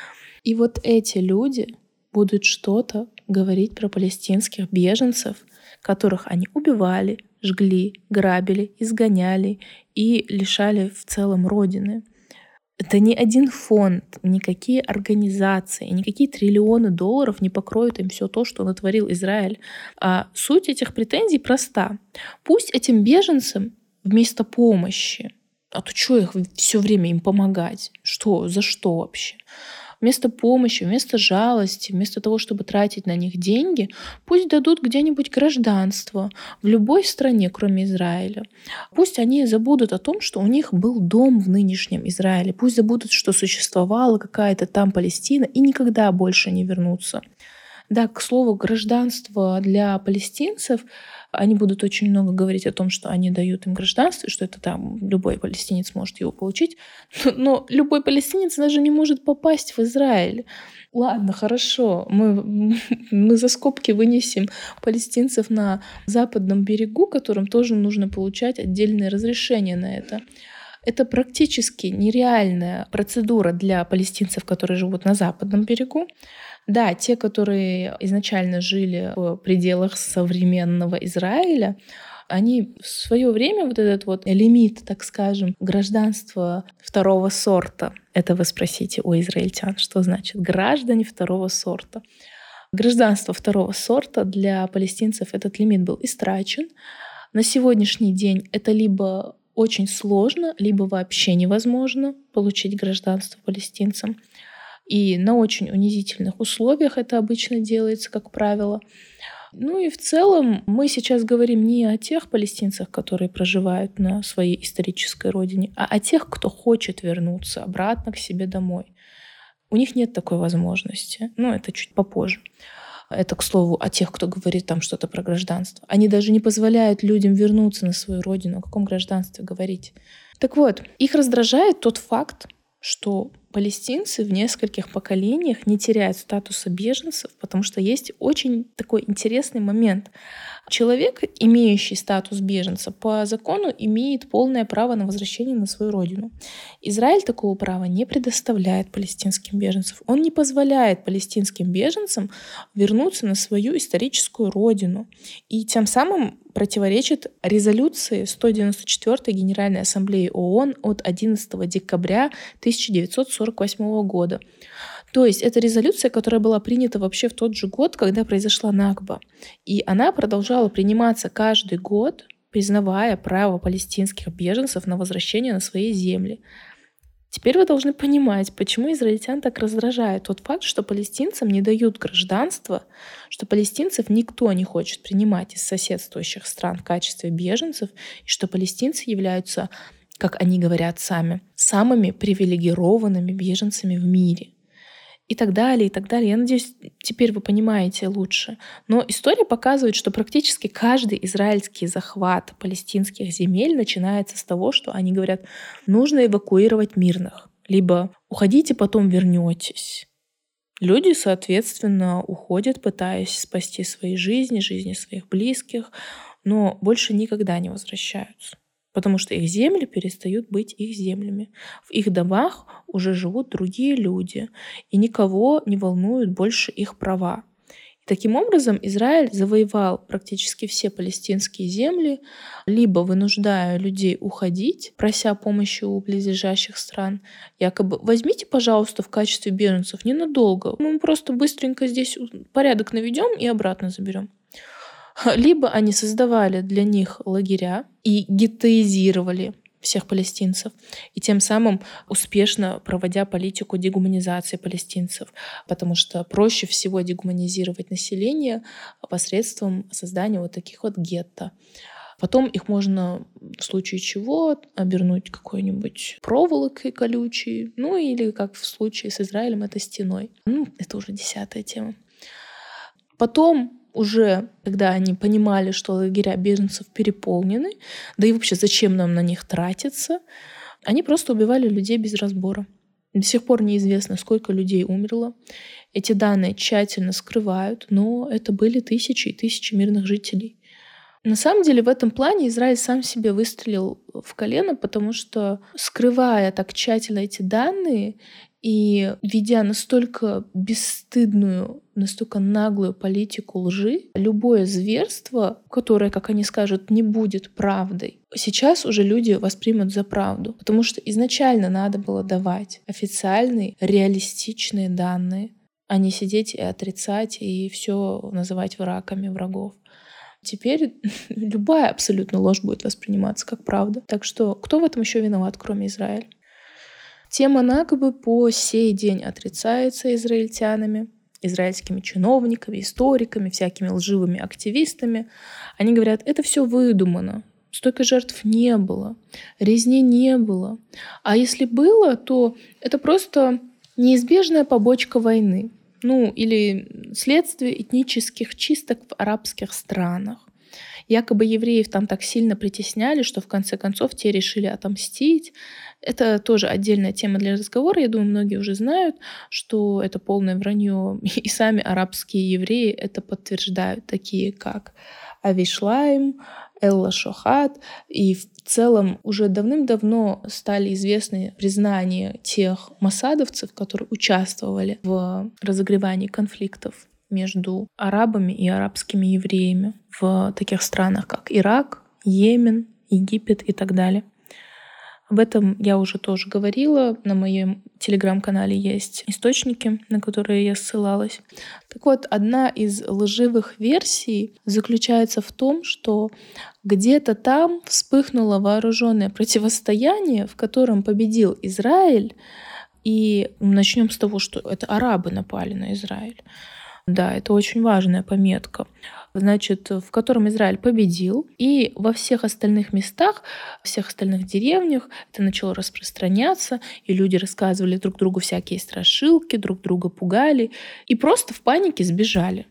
S1: И вот эти люди будут что-то говорить про палестинских беженцев, которых они убивали, жгли, грабили, изгоняли и лишали в целом родины. Это ни один фонд, никакие организации, никакие триллионы долларов не покроют им все то, что натворил Израиль. А суть этих претензий проста. Пусть этим беженцам вместо помощи, а то что их все время им помогать? За что вообще? Вместо помощи, вместо жалости, вместо того, чтобы тратить на них деньги, пусть дадут где-нибудь гражданство в любой стране, кроме Израиля. Пусть они забудут о том, что у них был дом в нынешнем Израиле. Пусть забудут, что существовала какая-то там Палестина и никогда больше не вернутся. Да, к слову, гражданство для палестинцев, они будут очень много говорить о том, что они дают им гражданство, что это там любой палестинец может его получить. Но любой палестинец даже не может попасть в Израиль. Ладно, хорошо, мы за скобки вынесем палестинцев на западном берегу, которым тоже нужно получать отдельное разрешение на это. Это практически нереальная процедура для палестинцев, которые живут на западном берегу. Да, те, которые изначально жили в пределах современного Израиля, они в свое время вот этот вот лимит, так скажем, гражданства второго сорта, это вы спросите у израильтян, что значит граждане второго сорта. Гражданство второго сорта для палестинцев этот лимит был истрачен. На сегодняшний день это либо очень сложно, либо вообще невозможно получить гражданство палестинцам. И на очень унизительных условиях это обычно делается, как правило. Ну и в целом мы сейчас говорим не о тех палестинцах, которые проживают на своей исторической родине, а о тех, кто хочет вернуться обратно к себе домой. У них нет такой возможности. Это чуть попозже. Это, к слову, о тех, кто говорит там что-то про гражданство. Они даже не позволяют людям вернуться на свою родину. О каком гражданстве говорить? Так вот, их раздражает тот факт, что палестинцы в нескольких поколениях не теряют статуса беженцев, потому что есть очень такой интересный момент. Человек, имеющий статус беженца, по закону имеет полное право на возвращение на свою родину. Израиль такого права не предоставляет палестинским беженцам. Он не позволяет палестинским беженцам вернуться на свою историческую родину. И тем самым противоречит резолюции 194-й Генеральной Ассамблеи ООН от 11 декабря 1948 года. То есть это резолюция, которая была принята вообще в тот же год, когда произошла Накба. И она продолжала приниматься каждый год, признавая право палестинских беженцев на возвращение на свои земли. Теперь вы должны понимать, почему израильтян так раздражает тот факт, что палестинцам не дают гражданство, что палестинцев никто не хочет принимать из соседствующих стран в качестве беженцев, и что палестинцы являются, как они говорят сами, самыми привилегированными беженцами в мире. и так далее, и так далее. Я надеюсь, теперь вы понимаете лучше. Но история показывает, что практически каждый израильский захват палестинских земель начинается с того, что они говорят, нужно эвакуировать мирных, либо уходите, потом вернетесь. Люди, соответственно, уходят, пытаясь спасти свои жизни, жизни своих близких, но больше никогда не возвращаются. Потому что их земли перестают быть их землями. В их домах уже живут другие люди, и никого не волнуют больше их права. И таким образом Израиль завоевал практически все палестинские земли, либо вынуждая людей уходить, прося помощи у близлежащих стран, якобы возьмите, пожалуйста, в качестве беженцев ненадолго, мы просто быстренько здесь порядок наведем и обратно заберем. Либо они создавали для них лагеря и геттоизировали всех палестинцев, и тем самым успешно проводя политику дегуманизации палестинцев, потому что проще всего дегуманизировать население посредством создания вот таких вот гетто. Потом их можно в случае чего обернуть какой-нибудь проволокой колючей, или как в случае с Израилем, это стеной. Это уже 10-я тема. Потом уже, когда они понимали, что лагеря беженцев переполнены, да и вообще зачем нам на них тратиться, они просто убивали людей без разбора. До сих пор неизвестно, сколько людей умерло. Эти данные тщательно скрывают, но это были тысячи и тысячи мирных жителей. На самом деле в этом плане Израиль сам себе выстрелил в колено, потому что, скрывая так тщательно эти данные и ведя настолько бесстыдную, настолько наглую политику лжи, любое зверство, которое, как они скажут, не будет правдой, сейчас уже люди воспримут за правду. Потому что изначально надо было давать официальные, реалистичные данные, а не сидеть и отрицать, и все называть врагами врагов. Теперь любая абсолютно ложь будет восприниматься как правда. Так что кто в этом еще виноват, кроме Израиля? Тема Накбы по сей день отрицается израильтянами, израильскими чиновниками, историками, всякими лживыми активистами. Они говорят, это все выдумано, столько жертв не было, резни не было. А если было, то это просто неизбежная побочка войны. Или следствие этнических чисток в арабских странах. Якобы евреев там так сильно притесняли, что в конце концов те решили отомстить. Это тоже отдельная тема для разговора. Я думаю, многие уже знают, что это полное вранье. И сами арабские евреи это подтверждают, такие как Авишлайм, Элла Шохат. И в целом уже давным-давно стали известны признания тех моссадовцев, которые участвовали в разогревании конфликтов между арабами и арабскими евреями в таких странах, как Ирак, Йемен, Египет и так далее. Об этом я уже тоже говорила. На моем телеграм-канале есть источники, на которые я ссылалась. Так вот, одна из лживых версий заключается в том, что где-то там вспыхнуло вооруженное противостояние, в котором победил Израиль. И начнем с того, что это арабы напали на Израиль. Да, это очень важная пометка. Значит, в котором Израиль победил, и во всех остальных местах, во всех остальных деревнях это начало распространяться, и люди рассказывали друг другу всякие страшилки, друг друга пугали, и просто в панике сбежали.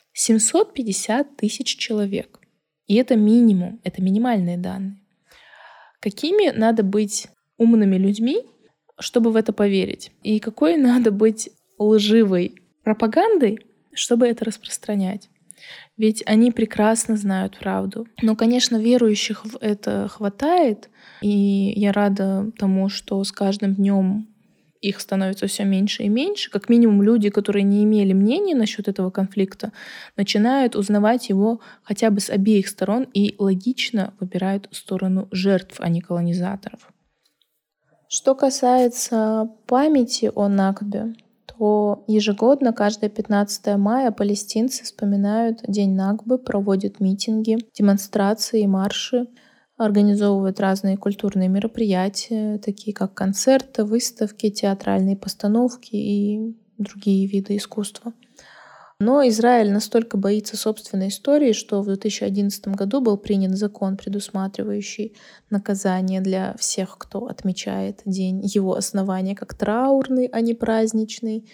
S1: 750 тысяч человек. И это минимум, это минимальные данные. Какими надо быть умными людьми, чтобы в это поверить? И какой надо быть лживой пропагандой, чтобы это распространять? Ведь они прекрасно знают правду. Но, конечно, верующих в это хватает, и я рада тому, что с каждым днем их становится все меньше и меньше. Как минимум люди, которые не имели мнения насчет этого конфликта, начинают узнавать его хотя бы с обеих сторон и логично выбирают сторону жертв, а не колонизаторов. Что касается памяти о Накбе, то ежегодно, каждое 15 мая, палестинцы вспоминают День Накбы, проводят митинги, демонстрации, марши, организовывают разные культурные мероприятия, такие как концерты, выставки, театральные постановки и другие виды искусства. Но Израиль настолько боится собственной истории, что в 2011 году был принят закон, предусматривающий наказание для всех, кто отмечает день его основания как траурный, а не праздничный.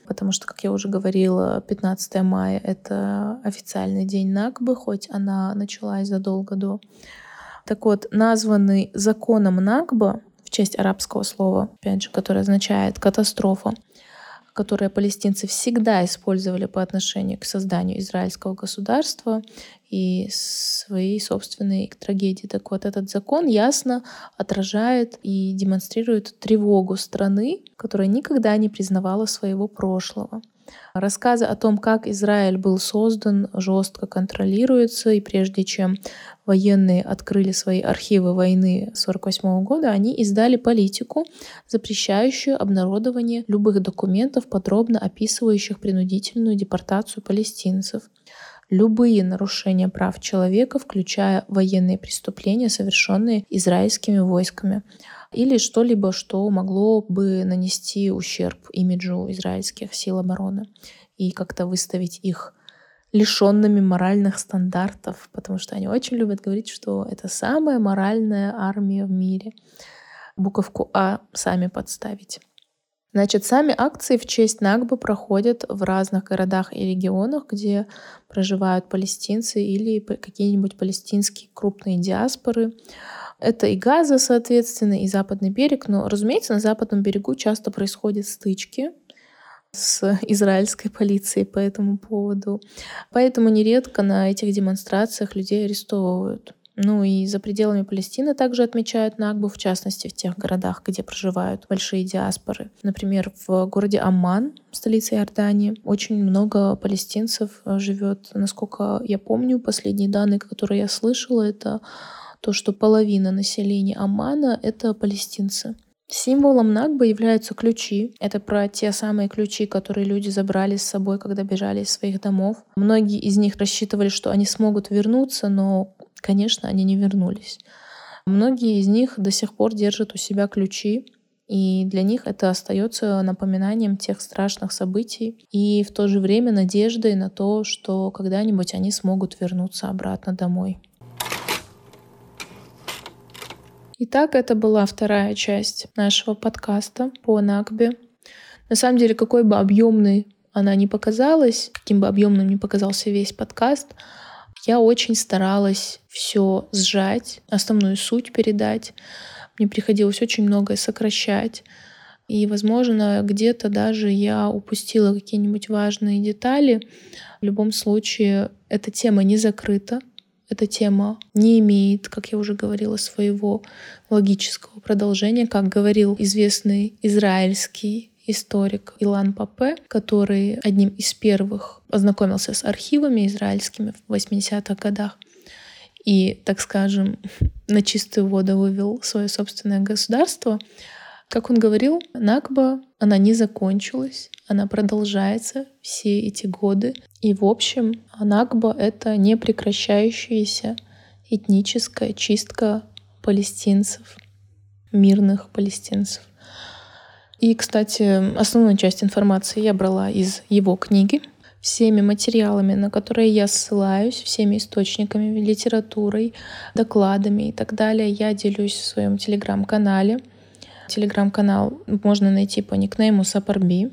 S1: потому что, как я уже говорила, 15 мая — это официальный день Накбы, хоть она началась задолго до. Так вот, названный законом Накба в честь арабского слова, опять же, которое означает «катастрофа», которые палестинцы всегда использовали по отношению к созданию израильского государства и своей собственной трагедии. Так вот, этот закон ясно отражает и демонстрирует тревогу страны, которая никогда не признавала своего прошлого. Рассказы о том, как Израиль был создан, жестко контролируются, и прежде чем военные открыли свои архивы войны 1948 года, они издали политику, запрещающую обнародование любых документов, подробно описывающих принудительную депортацию палестинцев. Любые нарушения прав человека, включая военные преступления, совершенные израильскими войсками, или что-либо, что могло бы нанести ущерб имиджу израильских сил обороны и как-то выставить их лишенными моральных стандартов, потому что они очень любят говорить, что это самая моральная армия в мире. Буковку «А» сами подставить. Значит, сами акции в честь Накбы проходят в разных городах и регионах, где проживают палестинцы или какие-нибудь палестинские крупные диаспоры. Это и Газа, соответственно, и Западный берег. Но, разумеется, на Западном берегу часто происходят стычки с израильской полицией по этому поводу. Поэтому нередко на этих демонстрациях людей арестовывают. Ну и за пределами Палестины также отмечают Накбу, в частности, в тех городах, где проживают большие диаспоры. Например, в городе Амман, столице Иордании, очень много палестинцев живет. Насколько я помню, последние данные, которые я слышала, это то, что половина населения Аммана — это палестинцы. Символом Накбы являются ключи. Это про те самые ключи, которые люди забрали с собой, когда бежали из своих домов. Многие из них рассчитывали, что они смогут вернуться, но, конечно, они не вернулись. Многие из них до сих пор держат у себя ключи, и для них это остается напоминанием тех страшных событий и в то же время надеждой на то, что когда-нибудь они смогут вернуться обратно домой. Итак, это была вторая часть нашего подкаста по Накбе. На самом деле, какой бы объемной она ни показалась, каким бы объемным ни показался весь подкаст, я очень старалась все сжать, основную суть передать. Мне приходилось очень многое сокращать. И, возможно, где-то даже я упустила какие-нибудь важные детали. В любом случае, эта тема не закрыта. Эта тема не имеет, как я уже говорила, своего логического продолжения, как говорил известный израильский историк Илан Папе, который одним из первых ознакомился с архивами израильскими в 80-х годах и, так скажем, на чистую воду вывел свое собственное государство. Как он говорил, Накба, она не закончилась, она продолжается все эти годы. И, в общем, Накба — это непрекращающаяся этническая чистка палестинцев, мирных палестинцев. И, кстати, основную часть информации я брала из его книги. Всеми материалами, на которые я ссылаюсь, всеми источниками, литературой, докладами и так далее, я делюсь в своем телеграм-канале. Телеграм-канал можно найти по никнейму Сапарби.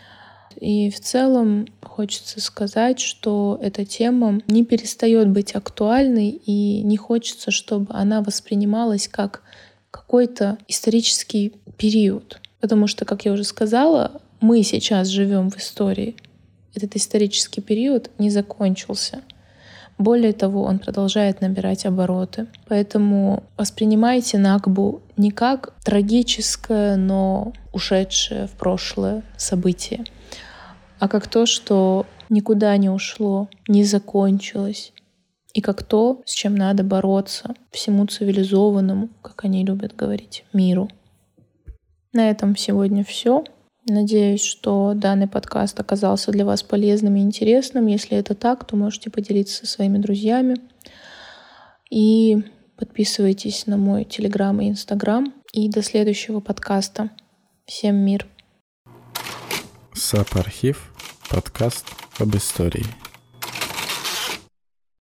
S1: И в целом хочется сказать, что эта тема не перестает быть актуальной, и не хочется, чтобы она воспринималась как какой-то исторический период. Потому что, как я уже сказала, мы сейчас живем в истории. Этот исторический период не закончился. Более того, он продолжает набирать обороты. Поэтому воспринимайте Накбу не как трагическое, но ушедшее в прошлое событие, а как то, что никуда не ушло, не закончилось, и как то, с чем надо бороться всему цивилизованному, как они любят говорить, миру. На этом сегодня все. Надеюсь, что данный подкаст оказался для вас полезным и интересным. Если это так, то можете поделиться со своими друзьями. И подписывайтесь на мой Телеграм и Инстаграм. И до следующего подкаста. Всем мир.
S2: САП Архив. Подкаст об истории.